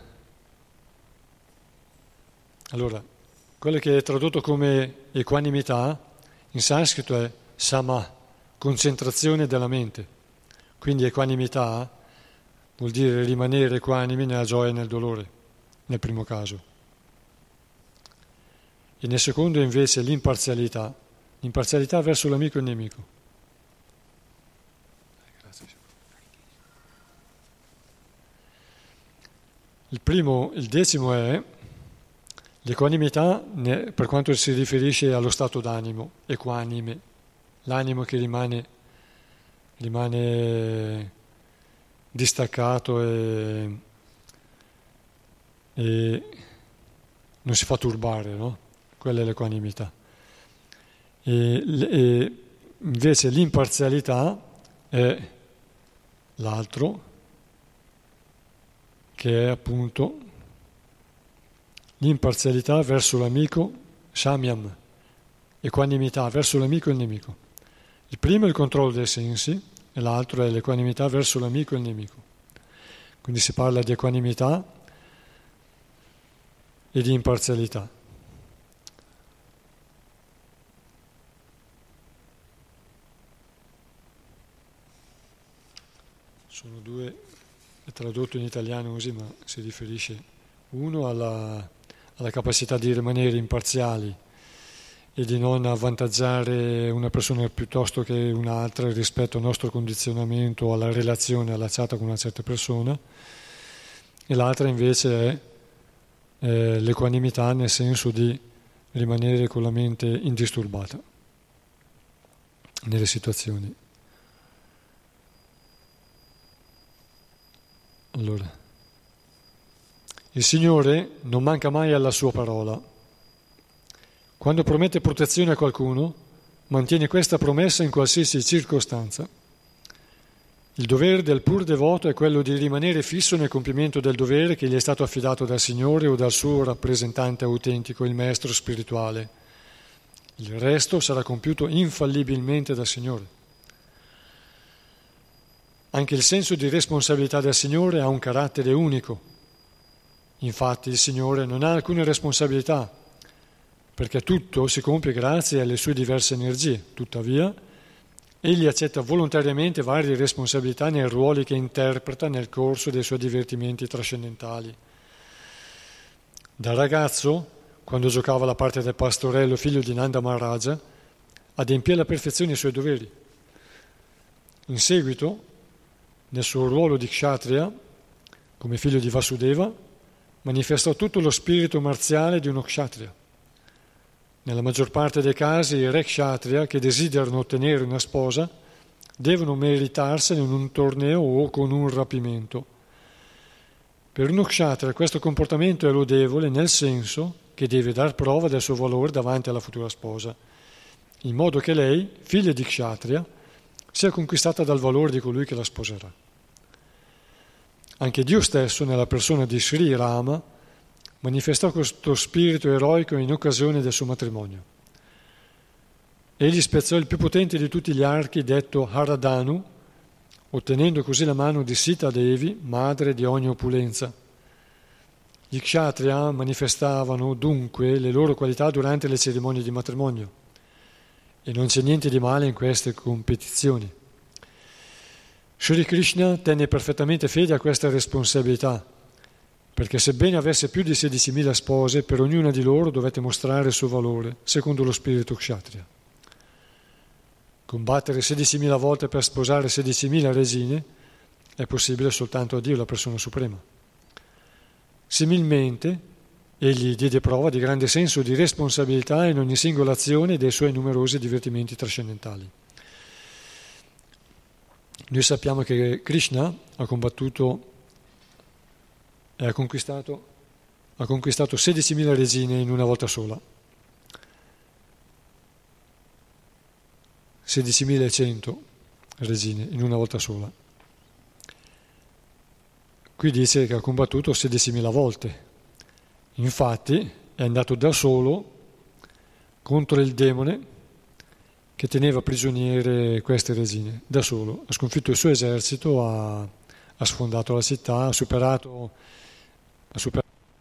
allora, quello che è tradotto come equanimità in sanscrito è sama, concentrazione della mente. Quindi equanimità vuol dire rimanere equanimi nella gioia e nel dolore, nel primo caso. E nel secondo invece l'imparzialità, l'imparzialità verso l'amico e il nemico. Il primo, il decimo è l'equanimità per quanto si riferisce allo stato d'animo, equanime, l'animo che rimane, rimane distaccato e, e non si fa turbare, no? Quella è l'equanimità. E, e invece l'imparzialità è l'altro, che è appunto l'imparzialità verso l'amico, samyam, equanimità verso l'amico e il nemico. Il primo è il controllo dei sensi e l'altro è l'equanimità verso l'amico e il nemico. Quindi si parla di equanimità e di imparzialità. Sono due, è tradotto in italiano così, ma si riferisce uno alla, alla capacità di rimanere imparziali e di non avvantaggiare una persona piuttosto che un'altra rispetto al nostro condizionamento o alla relazione allacciata con una certa persona, e l'altra invece è eh, l'equanimità nel senso di rimanere con la mente indisturbata nelle situazioni. Allora, il Signore non manca mai alla sua parola. Quando promette protezione a qualcuno, mantiene questa promessa in qualsiasi circostanza. Il dovere del pur devoto è quello di rimanere fisso nel compimento del dovere che gli è stato affidato dal Signore o dal suo rappresentante autentico, il Maestro spirituale. Il resto sarà compiuto infallibilmente dal Signore. Anche il senso di responsabilità del Signore ha un carattere unico. Infatti il Signore non ha alcuna responsabilità, perché tutto si compie grazie alle sue diverse energie. Tuttavia, egli accetta volontariamente varie responsabilità nei ruoli che interpreta nel corso dei suoi divertimenti trascendentali. Da ragazzo, quando giocava la parte del pastorello figlio di Nanda Maharaja, adempì alla perfezione i suoi doveri. In seguito, nel suo ruolo di kshatriya, come figlio di Vasudeva, manifestò tutto lo spirito marziale di uno kshatriya. Nella maggior parte dei casi i re kshatriya che desiderano ottenere una sposa devono meritarsene in un torneo o con un rapimento. Per uno kshatriya questo comportamento è lodevole nel senso che deve dar prova del suo valore davanti alla futura sposa, in modo che lei, figlia di kshatriya, sia conquistata dal valore di colui che la sposerà. Anche Dio stesso, nella persona di Sri Rama, manifestò questo spirito eroico in occasione del suo matrimonio. Egli spezzò il più potente di tutti gli archi, detto Haradanu, ottenendo così la mano di Sita Devi, madre di ogni opulenza. Gli kshatriya manifestavano dunque le loro qualità durante le cerimonie di matrimonio, e non c'è niente di male in queste competizioni. Sri Krishna tenne perfettamente fede a questa responsabilità, perché sebbene avesse più di sedicimila spose, per ognuna di loro dovette mostrare il suo valore, secondo lo spirito kshatriya. Combattere sedicimila volte per sposare sedicimila regine è possibile soltanto a Dio, la persona suprema. Similmente, egli diede prova di grande senso di responsabilità in ogni singola azione dei suoi numerosi divertimenti trascendentali. Noi sappiamo che Krishna ha combattuto e ha conquistato, ha conquistato sedicimila regine in una volta sola. sedicimilacento regine in una volta sola. Qui dice che ha combattuto sedicimila volte Infatti è andato da solo contro il demone che teneva prigioniere queste regine, da solo. Ha sconfitto il suo esercito, ha, ha sfondato la città, ha superato... Ha superato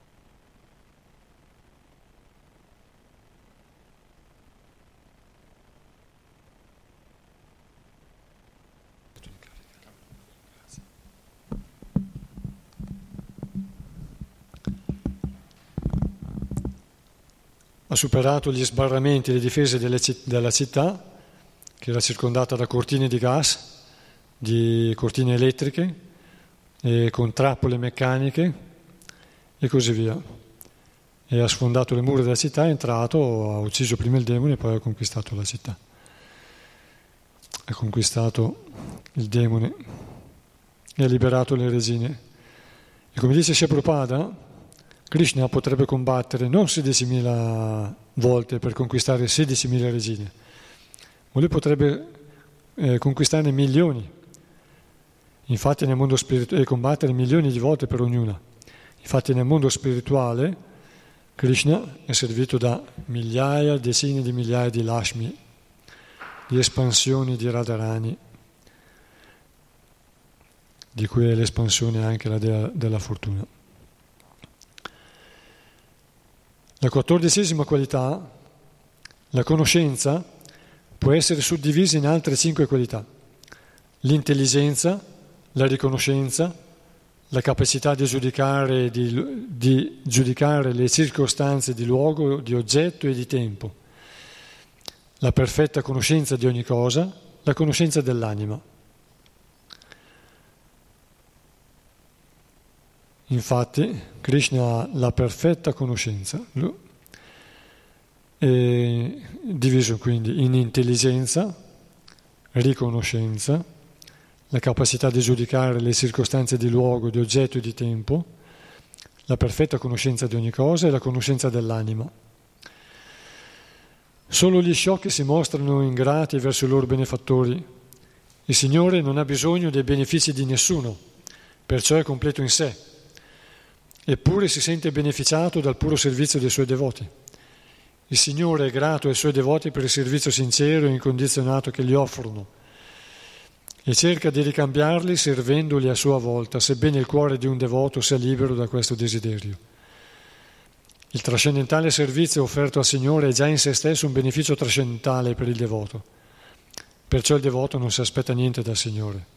ha superato gli sbarramenti e le difese delle, della città, che era circondata da cortine di gas, di cortine elettriche, e con trappole meccaniche e così via. E ha sfondato le mura della città, è entrato, ha ucciso prima il demone e poi ha conquistato la città. Ha conquistato il demone e ha liberato le regine. E come dice Sri Prabhupada, Krishna potrebbe combattere non sedicimila volte per conquistare sedicimila regine, ma lui potrebbe eh, conquistarne milioni. Infatti nel mondo spirituale, e combattere milioni di volte per ognuna. Infatti nel mondo spirituale Krishna è servito da migliaia, decine di migliaia di Lakshmi, di espansioni di Radharani, di cui è l'espansione anche la della, della fortuna. La quattordicesima qualità, la conoscenza, può essere suddivisa in altre cinque qualità: l'intelligenza, la riconoscenza, la capacità di giudicare, di, di giudicare le circostanze di luogo, di oggetto e di tempo, la perfetta conoscenza di ogni cosa, la conoscenza dell'anima. Infatti Krishna ha la perfetta conoscenza, è diviso quindi in intelligenza, riconoscenza, la capacità di giudicare le circostanze di luogo, di oggetto e di tempo, la perfetta conoscenza di ogni cosa e la conoscenza dell'anima. Solo gli sciocchi si mostrano ingrati verso i loro benefattori. Il Signore non ha bisogno dei benefici di nessuno, perciò è completo in sé. Eppure si sente beneficiato dal puro servizio dei suoi devoti. Il Signore è grato ai suoi devoti per il servizio sincero e incondizionato che gli offrono e cerca di ricambiarli servendoli a sua volta, sebbene il cuore di un devoto sia libero da questo desiderio. Il trascendentale servizio offerto al Signore è già in se stesso un beneficio trascendentale per il devoto, perciò il devoto non si aspetta niente dal Signore.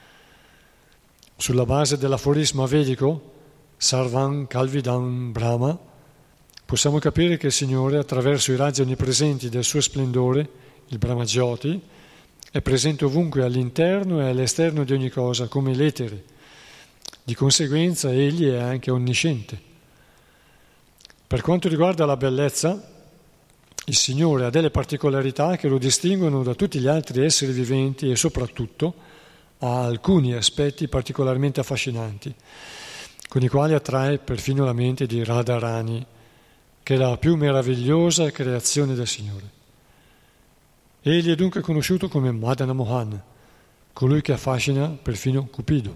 Sulla base dell'aforisma vedico Sarvam Kalvidam Brahma, possiamo capire che il Signore, attraverso i raggi onnipresenti del suo splendore, il Brahma Jyoti, è presente ovunque all'interno e all'esterno di ogni cosa, come l'etere. Di conseguenza, egli è anche onnisciente. Per quanto riguarda la bellezza, il Signore ha delle particolarità che lo distinguono da tutti gli altri esseri viventi e soprattutto ha alcuni aspetti particolarmente affascinanti, con i quali attrae perfino la mente di Radharani, che è la più meravigliosa creazione del Signore. Egli è dunque conosciuto come Madana Mohan, colui che affascina perfino Cupido.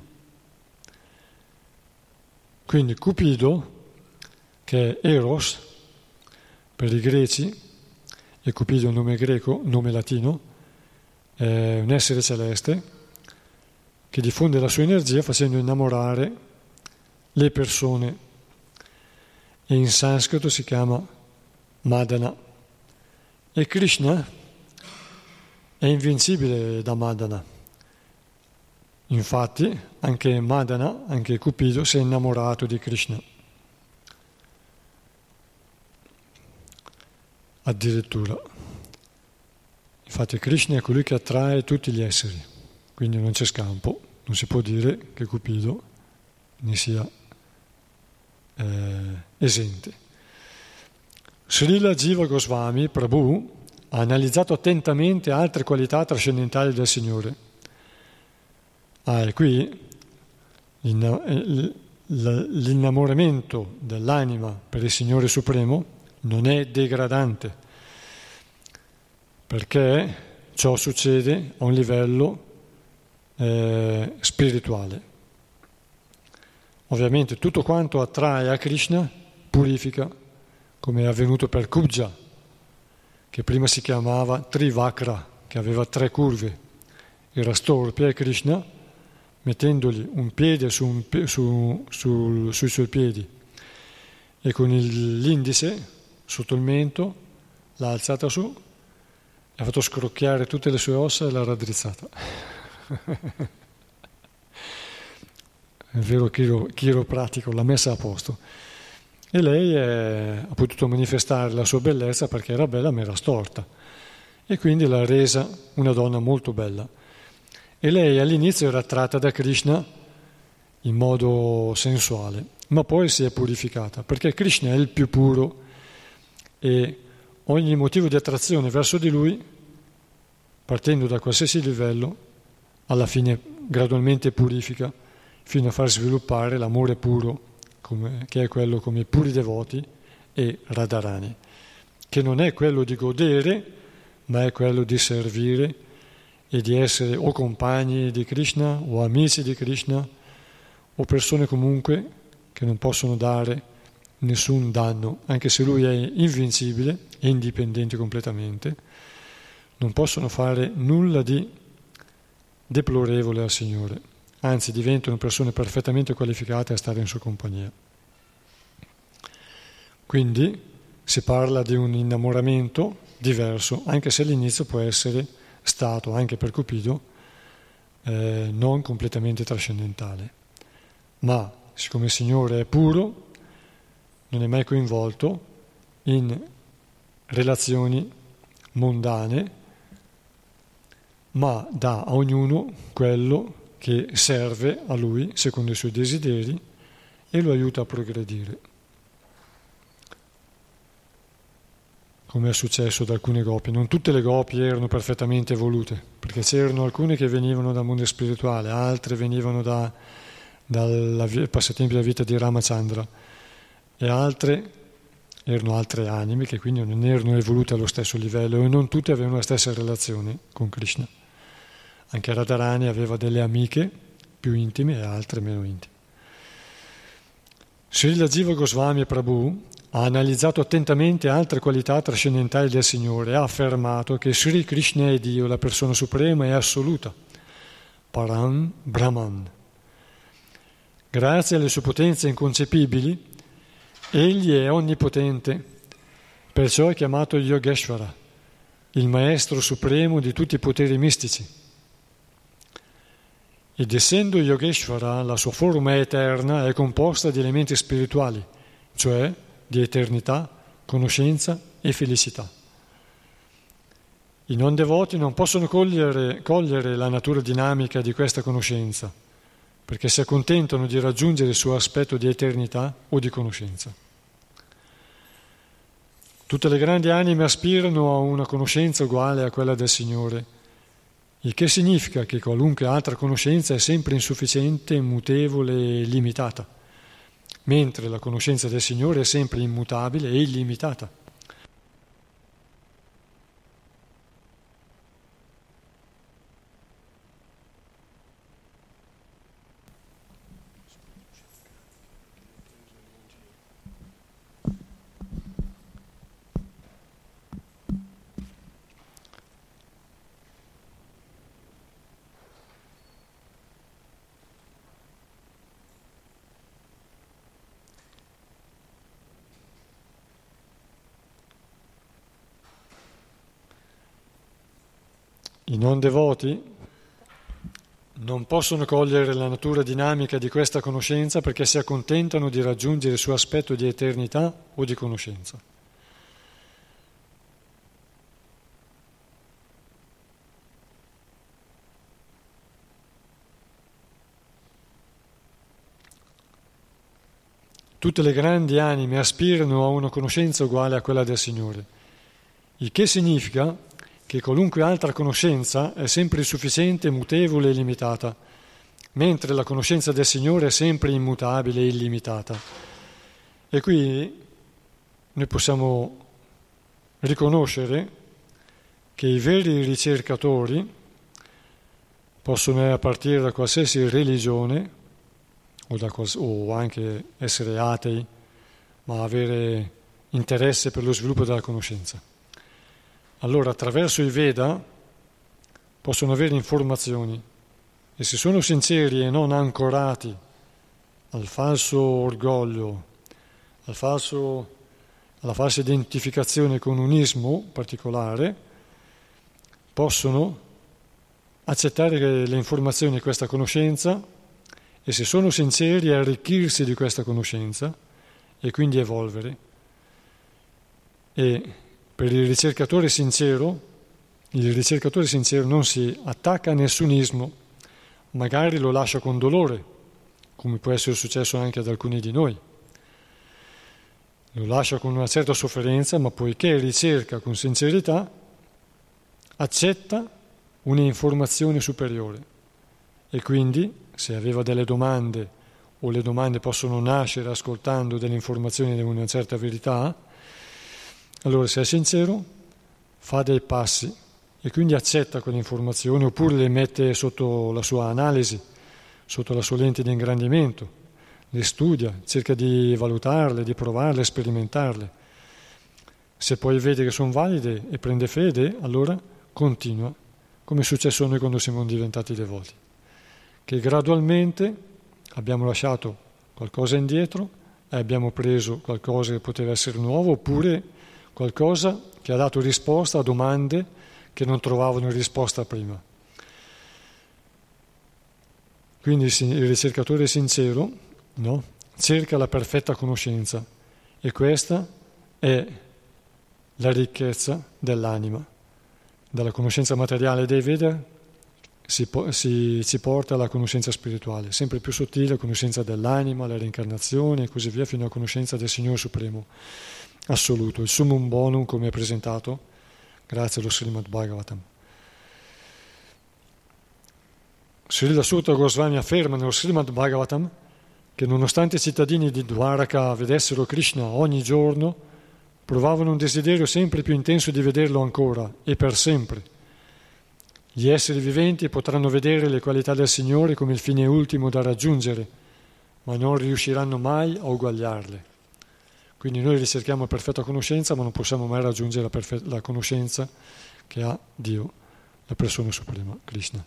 Quindi Cupido, che è Eros per i greci, e Cupido è un nome greco, nome latino, è un essere celeste che diffonde la sua energia facendo innamorare le persone, e in sanscrito si chiama Madana. E Krishna è invincibile da Madana. Infatti anche Madana, anche Cupido, si è innamorato di Krishna. Addirittura. Infatti Krishna è colui che attrae tutti gli esseri, quindi non c'è scampo, non si può dire che Cupido ne sia Eh, esente. Srila Jiva Goswami Prabhu ha analizzato attentamente altre qualità trascendentali del Signore. Ah, e qui l'innamoramento dell'anima per il Signore Supremo non è degradante, perché ciò succede a un livello eh, spirituale. Ovviamente tutto quanto attrae a Krishna purifica, come è avvenuto per Kubja, che prima si chiamava Trivakra, che aveva tre curve. Era storpia e Krishna, mettendogli un piede su un, su, su, sui suoi piedi e con il, l'indice sotto il mento l'ha alzata su, ha fatto scrocchiare tutte le sue ossa e l'ha raddrizzata. È vero chiro, chiropratico, l'ha messa a posto. E lei è, ha potuto manifestare la sua bellezza perché era bella ma era storta. E quindi l'ha resa una donna molto bella. E lei all'inizio era attratta da Krishna in modo sensuale, ma poi si è purificata, perché Krishna è il più puro e ogni motivo di attrazione verso di lui, partendo da qualsiasi livello, alla fine gradualmente purifica, fino a far sviluppare l'amore puro, come, che è quello come i puri devoti e Radharani, che non è quello di godere, ma è quello di servire e di essere o compagni di Krishna o amici di Krishna o persone comunque che non possono dare nessun danno, anche se lui è invincibile e indipendente completamente, non possono fare nulla di deplorevole al Signore, anzi diventano persone perfettamente qualificate a stare in sua compagnia. Quindi si parla di un innamoramento diverso, anche se all'inizio può essere stato, anche per Cupido, eh, non completamente trascendentale. Ma siccome il Signore è puro, non è mai coinvolto in relazioni mondane, ma dà a ognuno quello che serve a lui secondo i suoi desideri e lo aiuta a progredire. Come è successo ad alcune gopi. Non tutte le gopi erano perfettamente evolute, perché c'erano alcune che venivano dal mondo spirituale, altre venivano da, dal passatempo della vita di Ramachandra e altre erano altre anime che quindi non erano evolute allo stesso livello e non tutte avevano la stessa relazione con Krishna. Anche Radharani aveva delle amiche più intime e altre meno intime. Srila Jiva Goswami Prabhu ha analizzato attentamente altre qualità trascendentali del Signore e ha affermato che Sri Krishna è Dio, la persona suprema e assoluta, Param Brahman. Grazie alle sue potenze inconcepibili, egli è onnipotente, perciò è chiamato Yogeshvara, il maestro supremo di tutti i poteri mistici. Ed essendo Yogeshvara, la sua forma eterna è composta di elementi spirituali, cioè di eternità, conoscenza e felicità. I non devoti non possono cogliere, cogliere la natura dinamica di questa conoscenza, perché si accontentano di raggiungere il suo aspetto di eternità o di conoscenza. Tutte le grandi anime aspirano a una conoscenza uguale a quella del Signore, il che significa che qualunque altra conoscenza è sempre insufficiente, mutevole e limitata, mentre la conoscenza del Signore è sempre immutabile e illimitata. I non devoti non possono cogliere la natura dinamica di questa conoscenza perché si accontentano di raggiungere il suo aspetto di eternità o di conoscenza. Tutte le grandi anime aspirano a una conoscenza uguale a quella del Signore, il che significa che qualunque altra conoscenza è sempre insufficiente, mutevole e limitata, mentre la conoscenza del Signore è sempre immutabile e illimitata. E qui noi possiamo riconoscere che i veri ricercatori possono a partire da qualsiasi religione o, da quals- o anche essere atei ma avere interesse per lo sviluppo della conoscenza. Allora, attraverso i Veda possono avere informazioni e se sono sinceri e non ancorati al falso orgoglio, al falso, alla falsa identificazione con un ismo particolare, possono accettare le informazioni di questa conoscenza e se sono sinceri arricchirsi di questa conoscenza e quindi evolvere. E per il ricercatore sincero, il ricercatore sincero non si attacca a nessun ismo, magari lo lascia con dolore, come può essere successo anche ad alcuni di noi. Lo lascia con una certa sofferenza, ma poiché ricerca con sincerità, accetta un'informazione superiore. E quindi, se aveva delle domande, o le domande possono nascere ascoltando delle informazioni di una certa verità, allora se è sincero, fa dei passi e quindi accetta quelle informazioni, oppure le mette sotto la sua analisi, sotto la sua lente di ingrandimento, le studia, cerca di valutarle, di provarle, sperimentarle. Se poi vede che sono valide e prende fede, allora continua, come è successo a noi quando siamo diventati devoti, che gradualmente abbiamo lasciato qualcosa indietro e abbiamo preso qualcosa che poteva essere nuovo, oppure qualcosa che ha dato risposta a domande che non trovavano risposta prima. Quindi il ricercatore sincero, no? Cerca la perfetta conoscenza e questa è la ricchezza dell'anima. Dalla conoscenza materiale dei Veda si, si, si porta alla conoscenza spirituale, sempre più sottile, la conoscenza dell'anima, la reincarnazione e così via, fino alla conoscenza del Signore Supremo assoluto, il summum bonum come è presentato grazie allo Srimad Bhagavatam. Srila Sutta Goswami afferma nello Srimad Bhagavatam che nonostante i cittadini di Dwaraka vedessero Krishna ogni giorno, provavano un desiderio sempre più intenso di vederlo ancora e per sempre. Gli esseri viventi potranno vedere le qualità del Signore come il fine ultimo da raggiungere, ma non riusciranno mai a uguagliarle. Quindi noi ricerchiamo perfetta conoscenza, ma non possiamo mai raggiungere la, perfe- la conoscenza che ha Dio, la persona suprema, Krishna.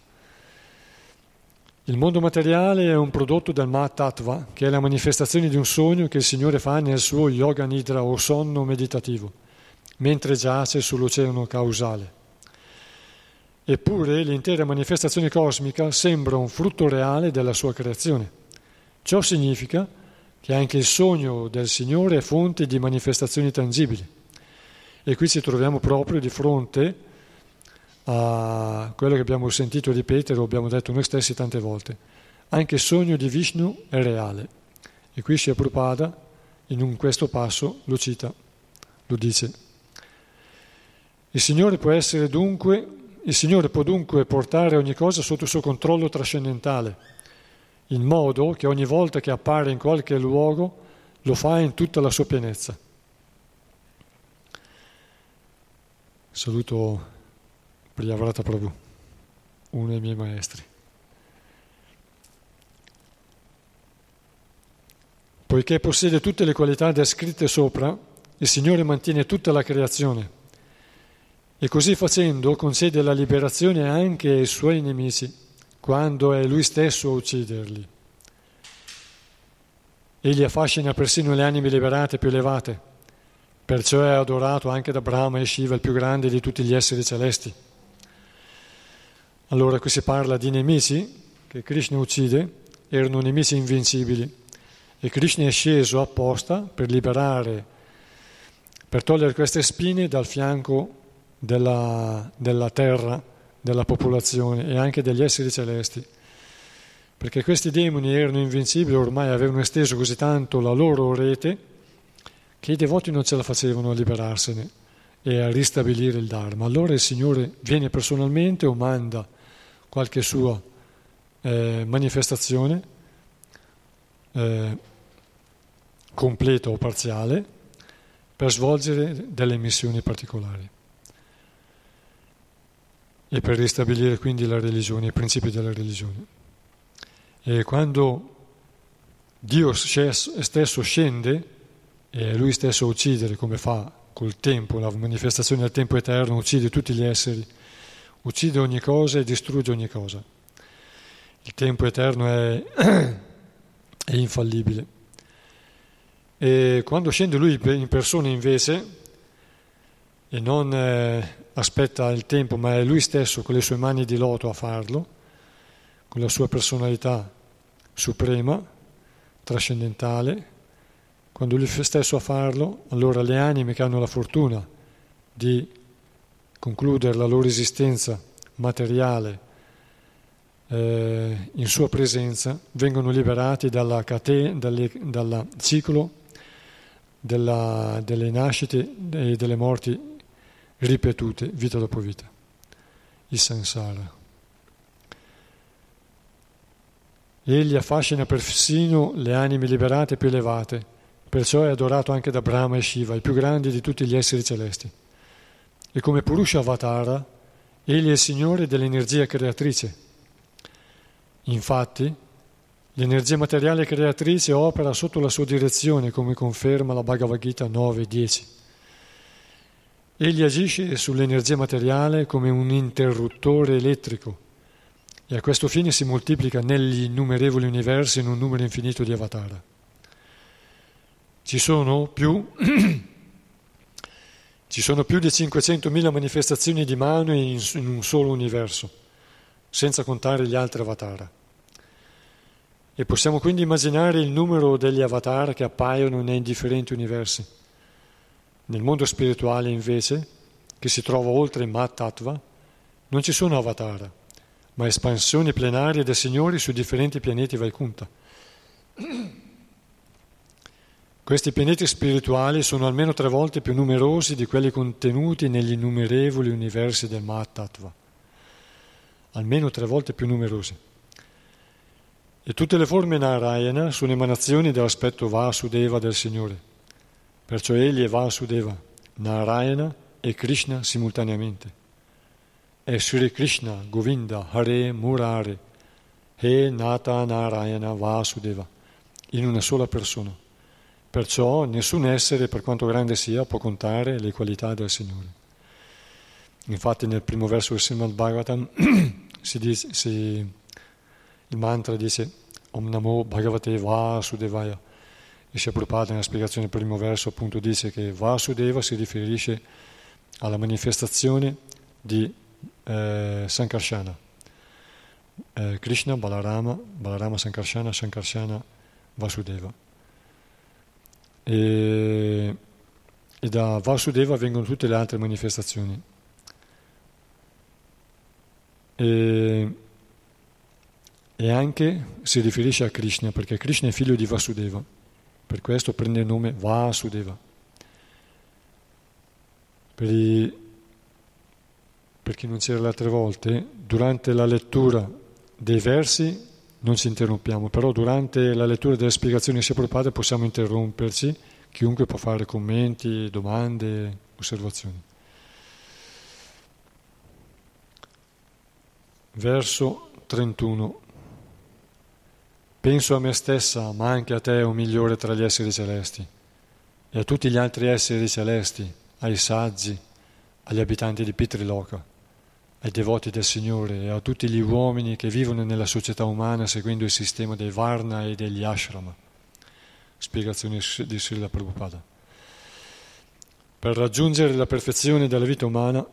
Il mondo materiale è un prodotto del Mahatattva, che è la manifestazione di un sogno che il Signore fa nel suo yoga nidra o sonno meditativo, mentre giace sull'oceano causale. Eppure l'intera manifestazione cosmica sembra un frutto reale della sua creazione. Ciò significa che anche il sogno del Signore è fonte di manifestazioni tangibili. E qui ci troviamo proprio di fronte a quello che abbiamo sentito ripetere o abbiamo detto noi stessi tante volte. Anche il sogno di Vishnu è reale. E qui Srila Prabhupada in un questo passo lo cita, lo dice. Il Signore può essere dunque, il Signore può dunque portare ogni cosa sotto il suo controllo trascendentale, in modo che ogni volta che appare in qualche luogo lo fa in tutta la sua pienezza. Saluto Priyavrata Prabhu, uno dei miei maestri. Poiché possiede tutte le qualità descritte sopra, il Signore mantiene tutta la creazione e così facendo concede la liberazione anche ai suoi nemici, quando è Lui stesso a ucciderli. Egli affascina persino le anime liberate più elevate, perciò è adorato anche da Brahma e Shiva, il più grande di tutti gli esseri celesti. Allora qui si parla di nemici che Krishna uccide, erano nemici invincibili e Krishna è sceso apposta per liberare, per togliere queste spine dal fianco della, della terra, della popolazione e anche degli esseri celesti, perché questi demoni erano invincibili, ormai avevano esteso così tanto la loro rete che i devoti non ce la facevano a liberarsene e a ristabilire il Dharma. Allora il Signore viene personalmente o manda qualche sua eh, manifestazione eh, completa o parziale per svolgere delle missioni particolari e per ristabilire quindi la religione, i principi della religione. E quando Dio stesso scende e è Lui stesso a uccidere, come fa col tempo, la manifestazione del tempo eterno, uccide tutti gli esseri, uccide ogni cosa e distrugge ogni cosa. Il tempo eterno è, è infallibile. E quando scende Lui in persona invece, e non eh, aspetta il tempo, ma è Lui stesso con le sue mani di loto a farlo, con la sua personalità suprema, trascendentale, quando Lui stesso a farlo, allora le anime che hanno la fortuna di concludere la loro esistenza materiale eh, in sua presenza, vengono liberati dalla catena, dalle, dal ciclo della, delle nascite e delle morti ripetute, vita dopo vita, il samsara. Egli affascina persino le anime liberate più elevate, perciò è adorato anche da Brahma e Shiva, i più grandi di tutti gli esseri celesti. E come Purusha Avatara, egli è il Signore dell'energia creatrice. Infatti, l'energia materiale creatrice opera sotto la sua direzione, come conferma la Bhagavad Gita nove dieci. Egli agisce sull'energia materiale come un interruttore elettrico e a questo fine si moltiplica negli innumerevoli universi in un numero infinito di avatara. Ci sono più, ci sono più di cinquecentomila manifestazioni di Manu in, in un solo universo, senza contare gli altri avatara. E possiamo quindi immaginare il numero degli avatara che appaiono nei differenti universi. Nel mondo spirituale, invece, che si trova oltre il Mahat-tattva, non ci sono avatara, ma espansioni plenarie dei Signori su differenti pianeti Vaikuntha. Questi pianeti spirituali sono almeno tre volte più numerosi di quelli contenuti negli innumerevoli universi del Mahat-tattva. Almeno tre volte più numerosi. E tutte le forme Narayana sono emanazioni dell'aspetto Vasudeva del Signore. Perciò egli è Vasudeva, Narayana e Krishna simultaneamente. È Sri Krishna, Govinda, Hare, Murare, He Nata Narayana Vasudeva, in una sola persona. Perciò nessun essere, per quanto grande sia, può contare le qualità del Signore. Infatti nel primo verso del Srimad Bhagavatam si dice, si, il mantra dice Om Namo Bhagavate Vasudevaya. E Srila Prabhupada nella spiegazione del primo verso appunto dice che Vasudeva si riferisce alla manifestazione di eh, Sankarsana. Eh, Krishna, Balarama, Balarama Sankarsana, Sankarsana Vasudeva. E, e da Vasudeva vengono tutte le altre manifestazioni. E, e anche si riferisce a Krishna, perché Krishna è figlio di Vasudeva. Per questo prende il nome Vasudeva. Per, i, per chi non c'era le altre volte, durante la lettura dei versi non ci interrompiamo, però durante la lettura delle spiegazioni sia Prabhupada possiamo interromperci, chiunque può fare commenti, domande, osservazioni. Verso trentuno. Penso a me stessa, ma anche a te, o migliore tra gli esseri celesti, e a tutti gli altri esseri celesti, ai saggi, agli abitanti di Pitriloka, ai devoti del Signore e a tutti gli uomini che vivono nella società umana seguendo il sistema dei Varna e degli Ashrama. Spiegazione di Srila Prabhupada. Per raggiungere la perfezione della vita umana,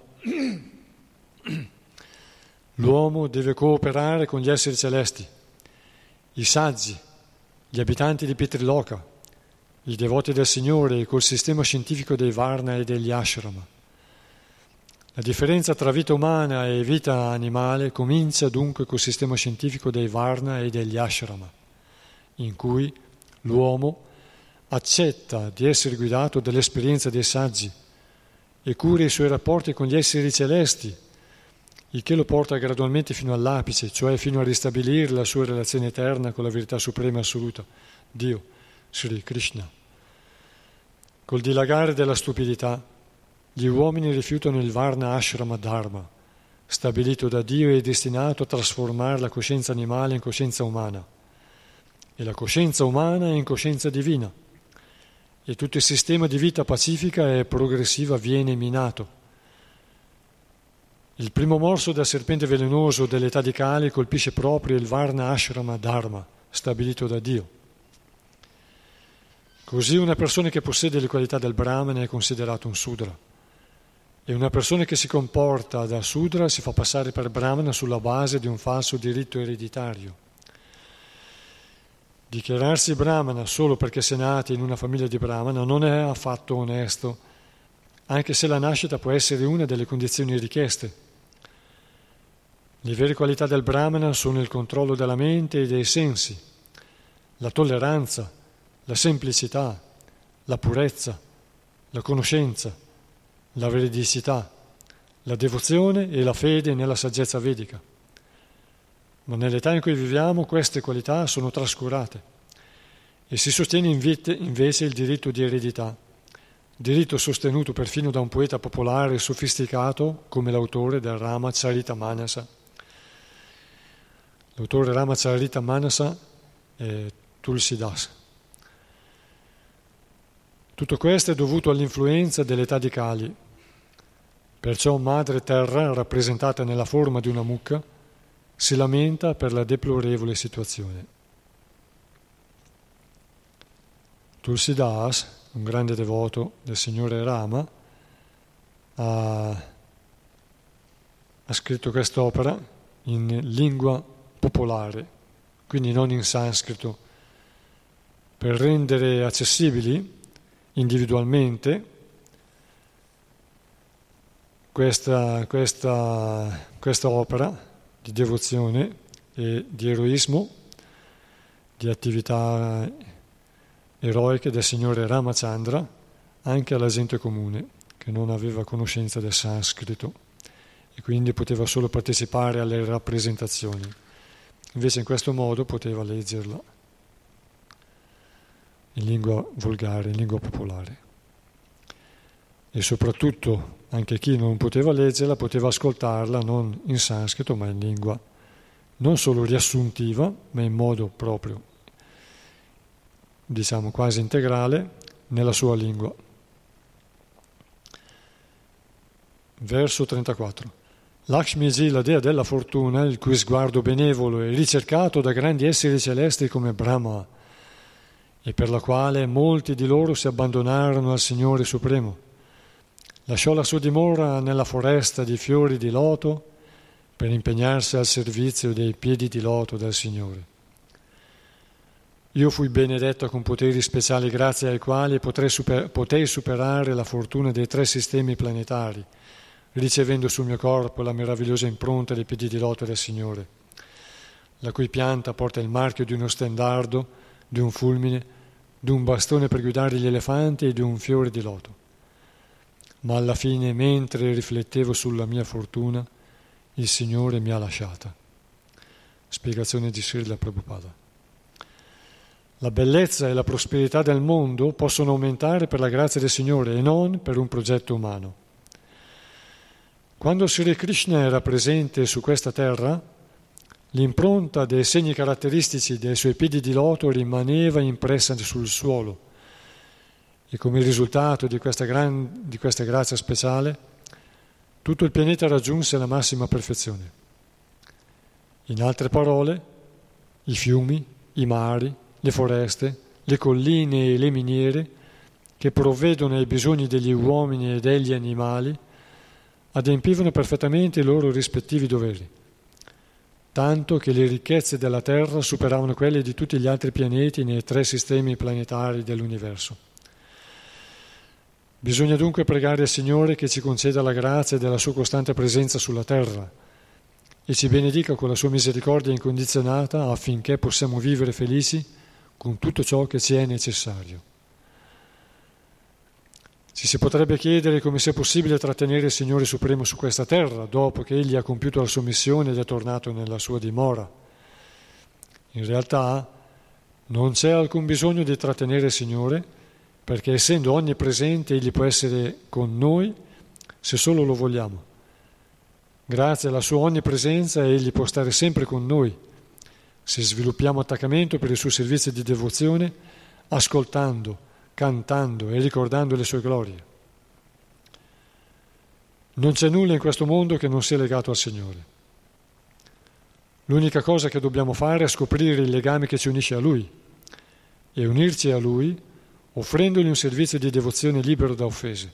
l'uomo deve cooperare con gli esseri celesti, i saggi, gli abitanti di Pitriloka, i devoti del Signore e col sistema scientifico dei Varna e degli Ashrama. La differenza tra vita umana e vita animale comincia dunque col sistema scientifico dei Varna e degli Ashrama, in cui l'uomo accetta di essere guidato dall'esperienza dei saggi e cura i suoi rapporti con gli esseri celesti, il che lo porta gradualmente fino all'apice, cioè fino a ristabilire la sua relazione eterna con la verità suprema e assoluta, Dio, Sri Krishna. Col dilagare della stupidità, gli uomini rifiutano il Varna Ashrama Dharma, stabilito da Dio e destinato a trasformare la coscienza animale in coscienza umana, e la coscienza umana in coscienza divina, e tutto il sistema di vita pacifica e progressiva viene minato. Il primo morso del serpente velenoso dell'età di Kali colpisce proprio il Varna Ashrama Dharma, stabilito da Dio. Così una persona che possiede le qualità del Brahmana è considerato un Sudra, e una persona che si comporta da Sudra si fa passare per Brahmana sulla base di un falso diritto ereditario. Dichiararsi Brahmana solo perché si è nati in una famiglia di Brahmana non è affatto onesto, anche se la nascita può essere una delle condizioni richieste. Le vere qualità del Brahmana sono il controllo della mente e dei sensi, la tolleranza, la semplicità, la purezza, la conoscenza, la veridicità, la devozione e la fede nella saggezza vedica. Ma nell'età in cui viviamo queste qualità sono trascurate e si sostiene invece il diritto di eredità, diritto sostenuto perfino da un poeta popolare sofisticato come l'autore del Ramacharita-manasa. L'autore Ramacharita-manasa è Tulsidas. Tutto questo è dovuto all'influenza dell'età di Kali. Perciò Madre Terra, rappresentata nella forma di una mucca, si lamenta per la deplorevole situazione. Tulsidas, un grande devoto del Signore Rama, ha, ha scritto quest'opera in lingua popolare, quindi non in sanscrito, per rendere accessibili individualmente questa, questa, questa opera di devozione e di eroismo, di attività eroiche del Signore Ramachandra anche alla gente comune che non aveva conoscenza del sanscrito e quindi poteva solo partecipare alle rappresentazioni. Invece in questo modo poteva leggerla in lingua volgare, in lingua popolare. E soprattutto anche chi non poteva leggerla poteva ascoltarla non in sanscrito ma in lingua non solo riassuntiva ma in modo proprio, diciamo quasi integrale, nella sua lingua. Verso trentaquattro. Lakshmiji, la dea della fortuna, il cui sguardo benevolo è ricercato da grandi esseri celesti come Brahma, e per la quale molti di loro si abbandonarono al Signore Supremo, lasciò la sua dimora nella foresta di fiori di loto per impegnarsi al servizio dei piedi di loto del Signore. Io fui benedetto con poteri speciali grazie ai quali potrei super, potei superare la fortuna dei tre sistemi planetari, ricevendo sul mio corpo la meravigliosa impronta dei piedi di loto del Signore, la cui pianta porta il marchio di uno stendardo, di un fulmine, di un bastone per guidare gli elefanti e di un fiore di loto. Ma alla fine, mentre riflettevo sulla mia fortuna, il Signore mi ha lasciata. Spiegazione di Srila Prabhupada. La bellezza e la prosperità del mondo possono aumentare per la grazia del Signore e non per un progetto umano. Quando Sri Krishna era presente su questa terra, l'impronta dei segni caratteristici dei suoi piedi di loto rimaneva impressa sul suolo e come risultato di questa, gran, di questa grazia speciale tutto il pianeta raggiunse la massima perfezione. In altre parole, i fiumi, i mari, le foreste, le colline e le miniere che provvedono ai bisogni degli uomini e degli animali adempivano perfettamente i loro rispettivi doveri, tanto che le ricchezze della Terra superavano quelle di tutti gli altri pianeti nei tre sistemi planetari dell'universo. Bisogna dunque pregare al Signore che ci conceda la grazia della sua costante presenza sulla Terra e ci benedica con la sua misericordia incondizionata affinché possiamo vivere felici con tutto ciò che ci è necessario. Ci si potrebbe chiedere come sia possibile trattenere il Signore Supremo su questa terra dopo che Egli ha compiuto la sua missione ed è tornato nella sua dimora. In realtà non c'è alcun bisogno di trattenere il Signore perché essendo onnipresente Egli può essere con noi se solo lo vogliamo. Grazie alla sua onnipresenza Egli può stare sempre con noi se sviluppiamo attaccamento per il suo servizio di devozione ascoltando, cantando e ricordando le sue glorie. Non c'è nulla in questo mondo che non sia legato al Signore. L'unica cosa che dobbiamo fare è scoprire il legame che ci unisce a Lui e unirci a Lui offrendogli un servizio di devozione libero da offese.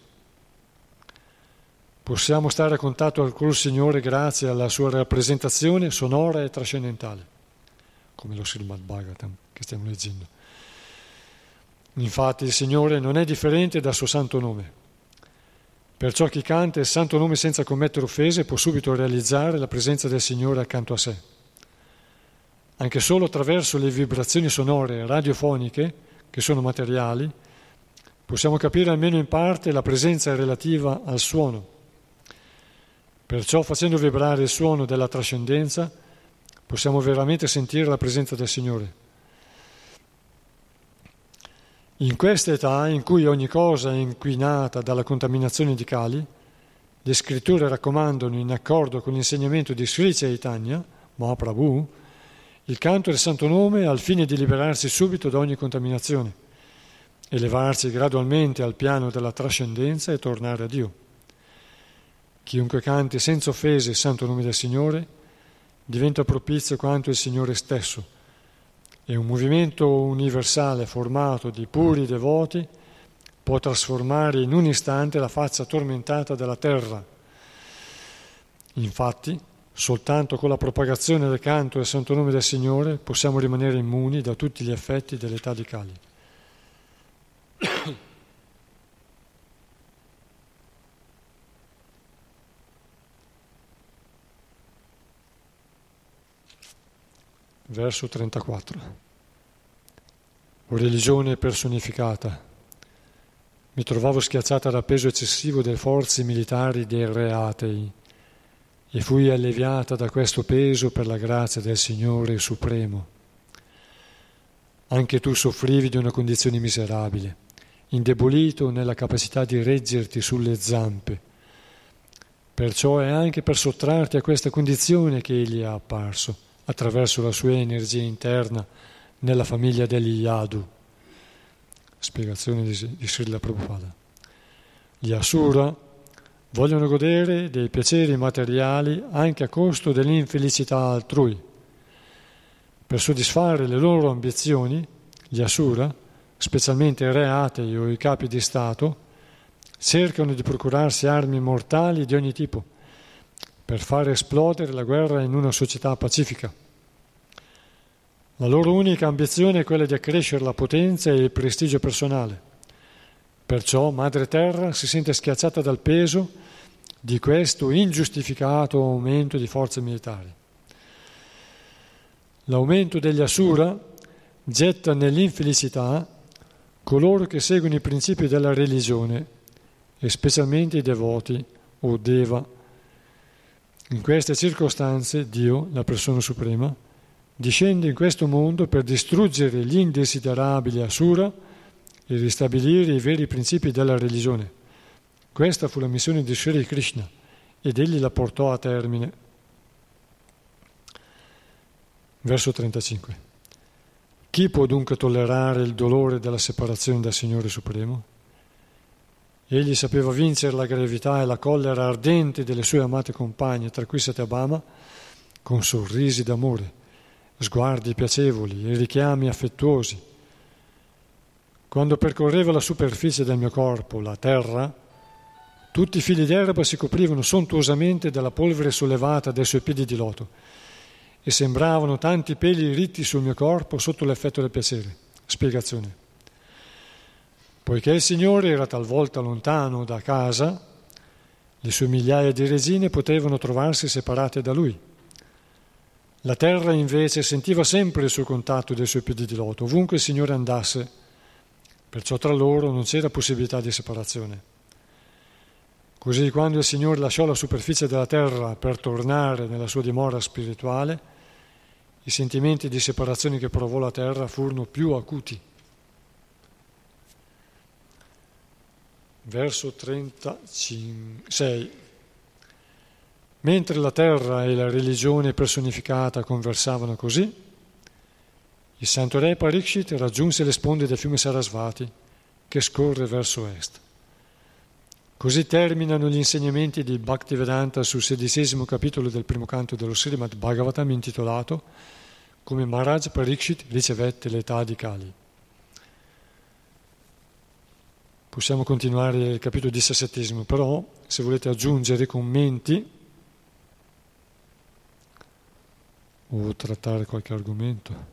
Possiamo stare a contatto col Signore grazie alla sua rappresentazione sonora e trascendentale, come lo Srimad Bhagavatam che stiamo leggendo. Infatti il Signore non è differente dal suo santo nome. Perciò chi canta il santo nome senza commettere offese può subito realizzare la presenza del Signore accanto a sé. Anche solo attraverso le vibrazioni sonore radiofoniche, che sono materiali, possiamo capire almeno in parte la presenza relativa al suono. Perciò, facendo vibrare il suono della trascendenza, possiamo veramente sentire la presenza del Signore. In questa età, in cui ogni cosa è inquinata dalla contaminazione di Kali, le scritture raccomandano, in accordo con l'insegnamento di Sri Chaitanya Mahaprabhu, il canto del santo nome al fine di liberarsi subito da ogni contaminazione, elevarsi gradualmente al piano della trascendenza e tornare a Dio. Chiunque canti senza offese il santo nome del Signore diventa propizio quanto il Signore stesso, e un movimento universale formato di puri devoti può trasformare in un istante la faccia tormentata della terra. Infatti, soltanto con la propagazione del canto del santo nome del Signore possiamo rimanere immuni da tutti gli effetti dell'età di Kali. Verso trentaquattro. O religione personificata, mi trovavo schiacciata dal peso eccessivo delle forze militari dei re atei e fui alleviata da questo peso per la grazia del Signore Supremo. Anche tu soffrivi di una condizione miserabile, indebolito nella capacità di reggerti sulle zampe. Perciò è anche per sottrarti a questa condizione che egli è apparso, attraverso la sua energia interna nella famiglia degli Yadu. Spiegazione di, di Srila Prabhupada. Gli Asura vogliono godere dei piaceri materiali anche a costo dell'infelicità altrui. Per soddisfare le loro ambizioni, gli Asura, specialmente i re atei o i capi di Stato, cercano di procurarsi armi mortali di ogni tipo per fare esplodere la guerra in una società pacifica. La loro unica ambizione è quella di accrescere la potenza e il prestigio personale. Perciò Madre Terra si sente schiacciata dal peso di questo ingiustificato aumento di forze militari. L'aumento degli Asura getta nell'infelicità coloro che seguono i principi della religione e specialmente i devoti o Deva. In queste circostanze Dio, la persona suprema, discende in questo mondo per distruggere gli indesiderabili Asura e ristabilire i veri principi della religione. Questa fu la missione di Sri Krishna ed egli la portò a termine. Verso trentacinque. Chi può dunque tollerare il dolore della separazione dal Signore Supremo? Egli sapeva vincere la gravità e la collera ardente delle sue amate compagne, tra cui Satyabhama, con sorrisi d'amore, sguardi piacevoli e richiami affettuosi. Quando percorreva la superficie del mio corpo, la terra, tutti i fili d'erba si coprivano sontuosamente dalla polvere sollevata dai suoi piedi di loto e sembravano tanti peli ritti sul mio corpo sotto l'effetto del piacere. Spiegazione. Poiché il Signore era talvolta lontano da casa, le sue migliaia di regine potevano trovarsi separate da lui. La terra invece sentiva sempre il suo contatto dei suoi piedi di loto, ovunque il Signore andasse, perciò tra loro non c'era possibilità di separazione. Così quando il Signore lasciò la superficie della terra per tornare nella sua dimora spirituale, i sentimenti di separazione che provò la terra furono più acuti. Verso trentasei. Mentre la terra e la religione personificata conversavano così, il santo re Parikshit raggiunse le sponde del fiume Sarasvati che scorre verso est. Così terminano gli insegnamenti di Bhaktivedanta sul sedicesimo capitolo del primo canto dello Srimad Bhagavatam, intitolato Come Maharaj Parikshit ricevette l'età di Kali. Possiamo continuare il capitolo diciassettesimo, però se volete aggiungere commenti o trattare qualche argomento.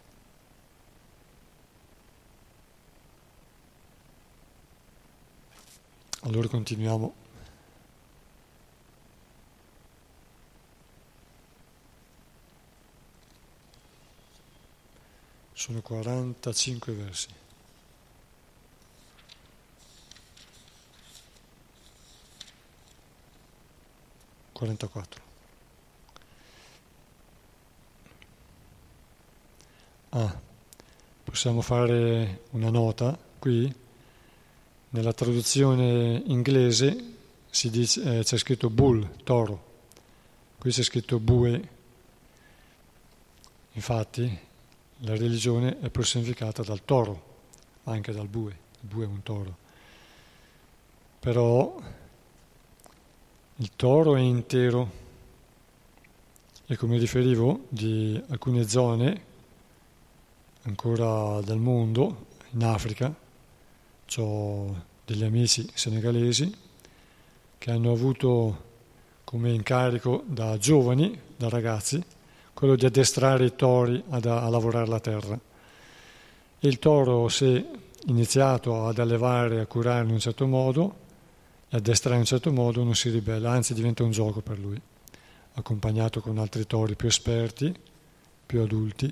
Allora continuiamo. Sono quarantacinque versi. quarantaquattro. Ah, possiamo fare una nota qui. Nella traduzione inglese si dice, eh, c'è scritto bull, toro, qui c'è scritto bue. Infatti la religione è personificata dal toro, anche dal bue, il bue è un toro. Però il toro è intero e, come riferivo, di alcune zone ancora del mondo, in Africa, ho degli amici senegalesi che hanno avuto come incarico da giovani, da ragazzi, quello di addestrare i tori ad, a lavorare la terra. E il toro, se iniziato ad allevare, a curare in un certo modo e addestrare in un certo modo, non si ribella, anzi diventa un gioco per lui, accompagnato con altri tori più esperti, più adulti,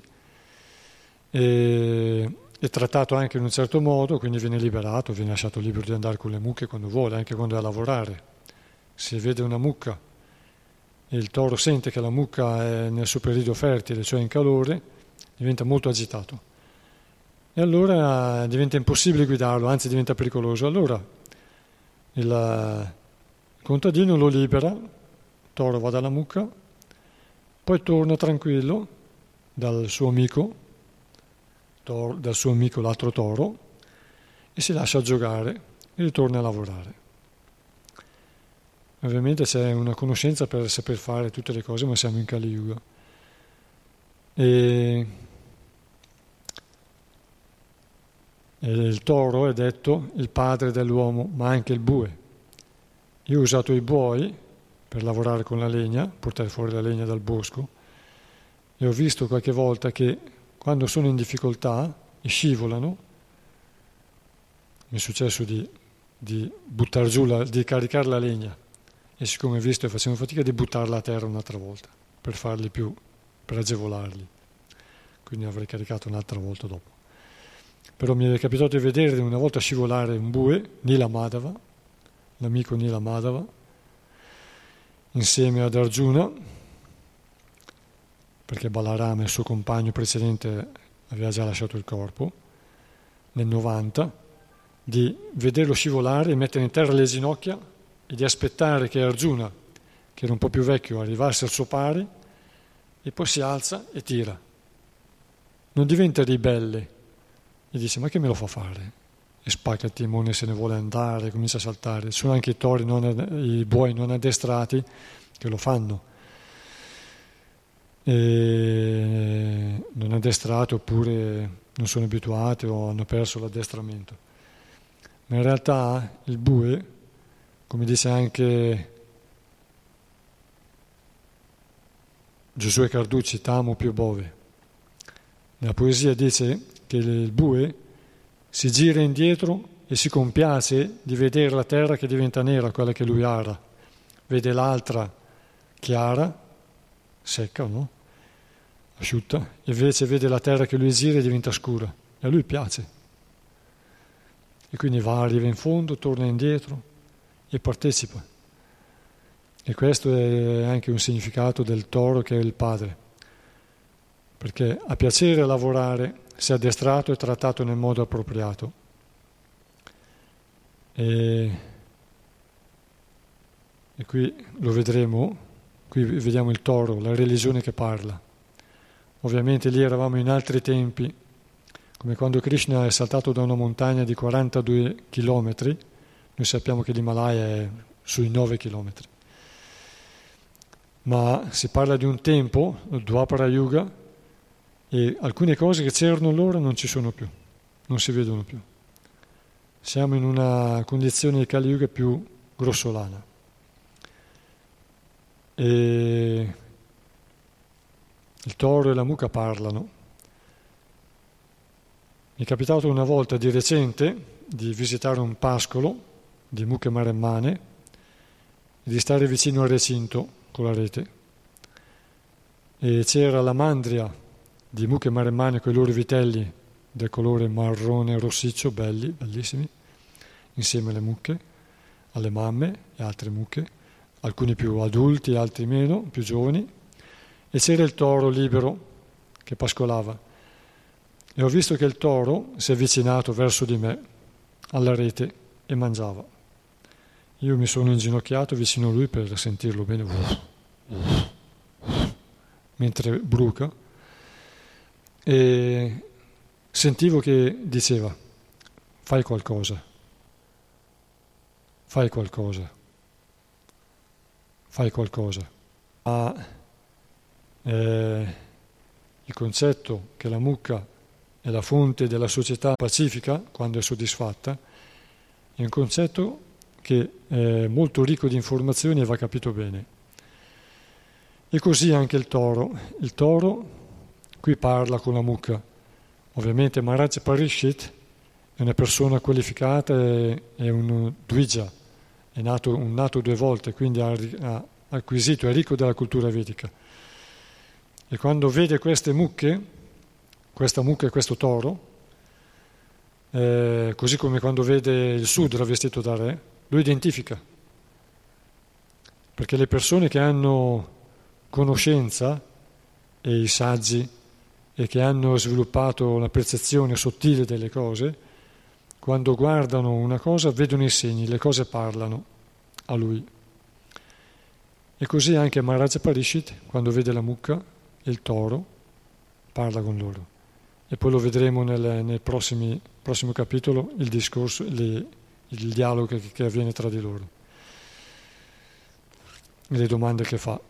e è trattato anche in un certo modo, quindi viene liberato, viene lasciato libero di andare con le mucche quando vuole, anche quando è a lavorare. Se vede una mucca e il toro sente che la mucca è nel suo periodo fertile, cioè in calore, diventa molto agitato. E allora diventa impossibile guidarlo, anzi diventa pericoloso. Allora il contadino lo libera, il toro va dalla mucca, poi torna tranquillo dal suo amico, dal suo amico l'altro toro, e si lascia giocare e ritorna a lavorare. Ovviamente c'è una conoscenza per saper fare tutte le cose, ma siamo in Kali Yuga. E, e il toro è detto il padre dell'uomo, ma anche il bue. Io ho usato i buoi per lavorare con la legna, portare fuori la legna dal bosco, e ho visto qualche volta che quando sono in difficoltà e scivolano, mi è successo di, di buttare giù, la, di caricare la legna, e siccome ho visto e facevo fatica, di buttarla a terra un'altra volta, per farli più, per agevolarli. Quindi avrei caricato un'altra volta dopo. Però mi è capitato di vedere una volta scivolare un bue, Nila Madhava, l'amico Nila Madhava, insieme ad Arjuna, perché Balarama, il suo compagno precedente, aveva già lasciato il corpo, nel novanta, di vederlo scivolare e mettere in terra le ginocchia e di aspettare che Arjuna, che era un po' più vecchio, arrivasse al suo pari, e poi si alza e tira. Non diventa ribelle e dice: ma che me lo fa fare? E spacca il timone, se ne vuole andare, comincia a saltare. Sono anche i tori, non, i buoi non addestrati, che lo fanno. E non addestrati, oppure non sono abituati o hanno perso l'addestramento. Ma in realtà il bue, come dice anche Giosuè Carducci, Tamo più bove, nella poesia dice che il bue si gira indietro e si compiace di vedere la terra che diventa nera, quella che lui ara, vede l'altra chiara, secca, no? Asciutta, e invece vede la terra che lui gira e diventa scura, e a lui piace. E quindi va, arriva in fondo, torna indietro e partecipa. E questo è anche un significato del toro, che è il padre, perché ha piacere a lavorare se addestrato e trattato nel modo appropriato. E, e qui lo vedremo, qui vediamo il toro, la religione che parla. Ovviamente lì eravamo in altri tempi, come quando Krishna è saltato da una montagna di quarantadue chilometri, noi sappiamo che l'Himalaya è sui nove chilometri, ma si parla di un tempo, il Dwapara Yuga, e alcune cose che c'erano allora non ci sono più, non si vedono più. Siamo in una condizione di Kali Yuga più grossolana. E il toro e la mucca parlano. Mi è capitato una volta di recente di visitare un pascolo di mucche maremmane e di stare vicino al recinto con la rete. E c'era la mandria di mucche maremmane con i loro vitelli del colore marrone rossiccio, belli, bellissimi, insieme alle mucche, alle mamme e altre mucche, alcuni più adulti, altri meno, più giovani, e c'era il toro libero che pascolava. E ho visto che il toro si è avvicinato verso di me, alla rete, e mangiava. Io mi sono inginocchiato vicino a lui per sentirlo bene, mentre bruca, e sentivo che diceva: fai qualcosa, fai qualcosa, fai qualcosa. Ma eh, il concetto che la mucca è la fonte della società pacifica quando è soddisfatta è un concetto che è molto ricco di informazioni e va capito bene. E così anche il toro. Il toro qui parla con la mucca. Ovviamente Maharaj Parikshit è una persona qualificata, è un Dvija, è nato, un nato due volte, quindi ha, ha acquisito, è ricco della cultura vedica. E quando vede queste mucche, questa mucca e questo toro, eh, così come quando vede il Sudra vestito da re, lo identifica. Perché le persone che hanno conoscenza, e i saggi, e che hanno sviluppato la percezione sottile delle cose, quando guardano una cosa vedono i segni, le cose parlano a lui. E così anche Maharaj Parikshit, quando vede la mucca e il toro, parla con loro. E poi lo vedremo nel, nel prossimi, prossimo capitolo, il discorso, le, il dialogo che, che avviene tra di loro, e le domande che fa.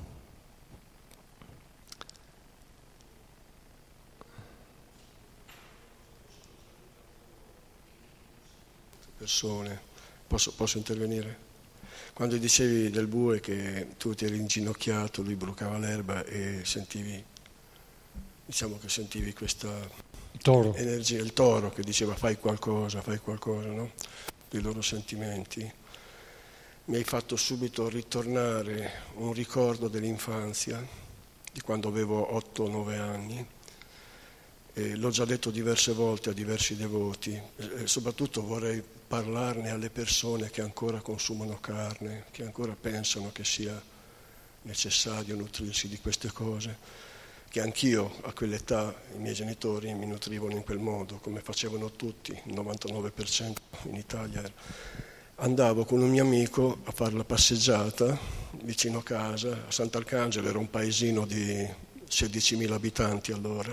Persone, posso, posso intervenire? Quando dicevi del bue che tu ti eri inginocchiato, lui brucava l'erba e sentivi, diciamo che sentivi questa
Toro.
energia, il toro che diceva fai qualcosa, fai qualcosa, no? Dei loro sentimenti. Mi hai fatto subito ritornare un ricordo dell'infanzia, di quando avevo otto nove anni. E l'ho già detto diverse volte a diversi devoti, e soprattutto vorrei parlarne alle persone che ancora consumano carne, che ancora pensano che sia necessario nutrirsi di queste cose, che anch'io a quell'età i miei genitori mi nutrivano in quel modo, come facevano tutti, il novantanove per cento in Italia. Andavo con un mio amico a fare la passeggiata vicino a casa, a Sant'Arcangelo, era un paesino di sedicimila abitanti allora,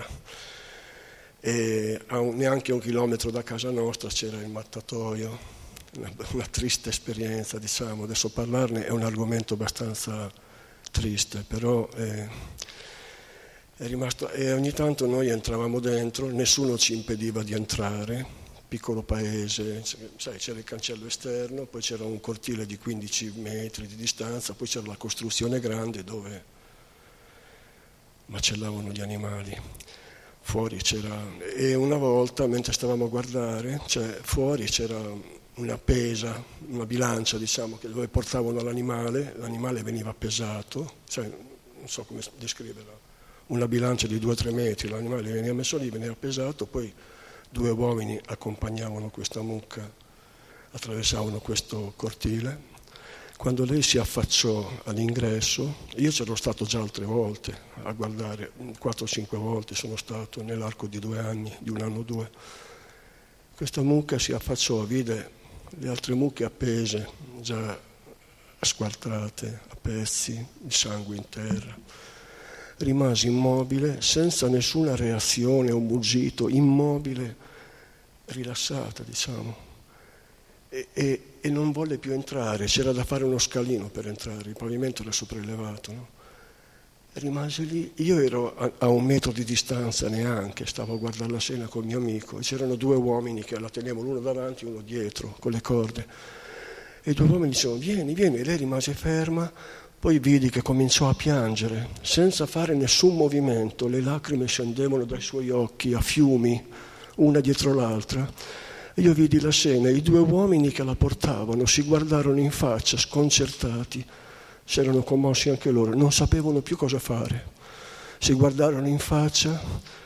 e a un, neanche un chilometro da casa nostra c'era il mattatoio, una, una triste esperienza, diciamo. Adesso parlarne è un argomento abbastanza triste, però è, è rimasto, e ogni tanto noi entravamo dentro, nessuno ci impediva di entrare, piccolo paese, sai, c'era il cancello esterno, poi c'era un cortile di quindici metri di distanza, poi c'era la costruzione grande dove macellavano gli animali. Fuori c'era, e una volta mentre stavamo a guardare, cioè fuori c'era una pesa, una bilancia, diciamo, che dove portavano l'animale, l'animale veniva pesato, cioè non so come descriverla, una bilancia di due o tre metri, l'animale veniva messo lì, veniva pesato, poi due uomini accompagnavano questa mucca, attraversavano questo cortile. Quando lei si affacciò all'ingresso, io c'ero stato già altre volte a guardare, quattro o cinque volte sono stato nell'arco di due anni, di un anno o due. Questa mucca si affacciò, vide le altre mucche appese, già squartate a pezzi, di sangue in terra. rimase immobile, senza nessuna reazione o muggito, immobile, rilassata, diciamo, e, e, e non volle più entrare, c'era da fare uno scalino per entrare, il pavimento era sopraelevato, no? Rimase lì, io ero a, a un metro di distanza neanche, stavo a guardare la scena col mio amico, e c'erano due uomini che la tenevano uno davanti e uno dietro, con le corde, e i due uomini dicevano vieni, vieni, e lei rimase ferma. Poi vidi che cominciò a piangere, senza fare nessun movimento, le lacrime scendevano dai suoi occhi a fiumi, una dietro l'altra. E io vidi la scena, i due uomini che la portavano si guardarono in faccia, sconcertati, si erano commossi anche loro, non sapevano più cosa fare. Si guardarono in faccia,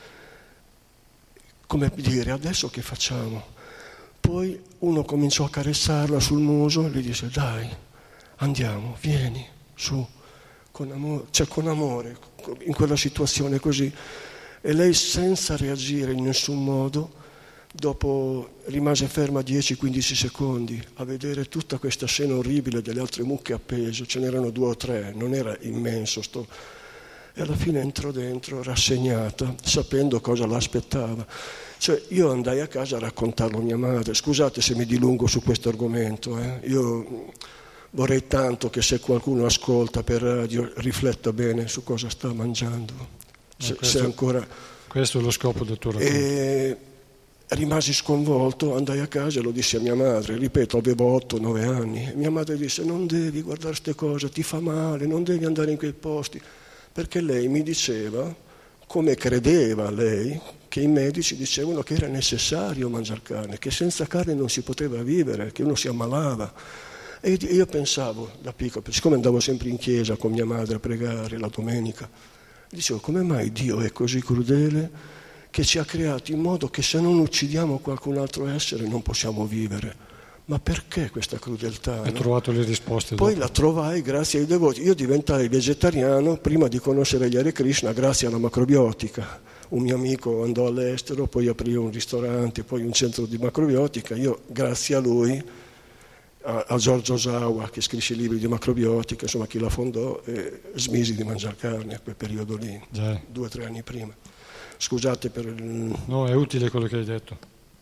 come dire, adesso che facciamo? Poi uno cominciò a carezzarla sul muso e le disse, dai, andiamo, vieni. Su, con amore, cioè con amore, in quella situazione così. E lei senza reagire in nessun modo, dopo rimase ferma dieci quindici secondi a vedere tutta questa scena orribile delle altre mucche appese, ce n'erano due o tre, non era immenso sto... E alla fine entrò dentro rassegnata, sapendo cosa l'aspettava. Cioè io andai a casa a raccontarlo a mia madre, scusate se mi dilungo su questo argomento, eh. Io vorrei tanto che se qualcuno ascolta per radio rifletta bene su cosa sta mangiando. Se,
questo,
se ancora...
questo è lo scopo del tuo racconto.
E rimasi sconvolto, andai a casa e lo dissi a mia madre, ripeto, avevo otto nove anni. E mia madre disse, non devi guardare queste cose, ti fa male, non devi andare in quei posti. Perché lei mi diceva, come credeva lei, che i medici dicevano che era necessario mangiare carne, che senza carne non si poteva vivere, che uno si ammalava. E io pensavo, da piccolo, siccome andavo sempre in chiesa con mia madre a pregare la domenica, dicevo, come mai Dio è così crudele che ci ha creati in modo che se non uccidiamo qualcun altro essere non possiamo vivere? Ma perché questa crudeltà?
Hai
no?
trovato le risposte
Poi
dopo.
la trovai grazie ai devoti. Io diventai vegetariano prima di conoscere gli Hare Krishna grazie alla macrobiotica. Un mio amico andò all'estero, poi aprì un ristorante, poi un centro di macrobiotica. Io, grazie a lui, a, a Giorgio Osawa, che scrisse libri di macrobiotica, insomma chi la fondò, eh, smisi di mangiare carne a quel periodo lì,
Già.
due o tre anni prima. Scusate per il...
No, è utile quello che hai detto,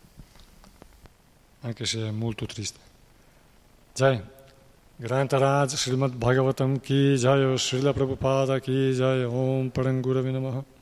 anche se è molto triste. Jai. Grantaraj Srimad Bhagavatam ki jai, Srila Prabhupada ki jai, Om Parangurave Namaha.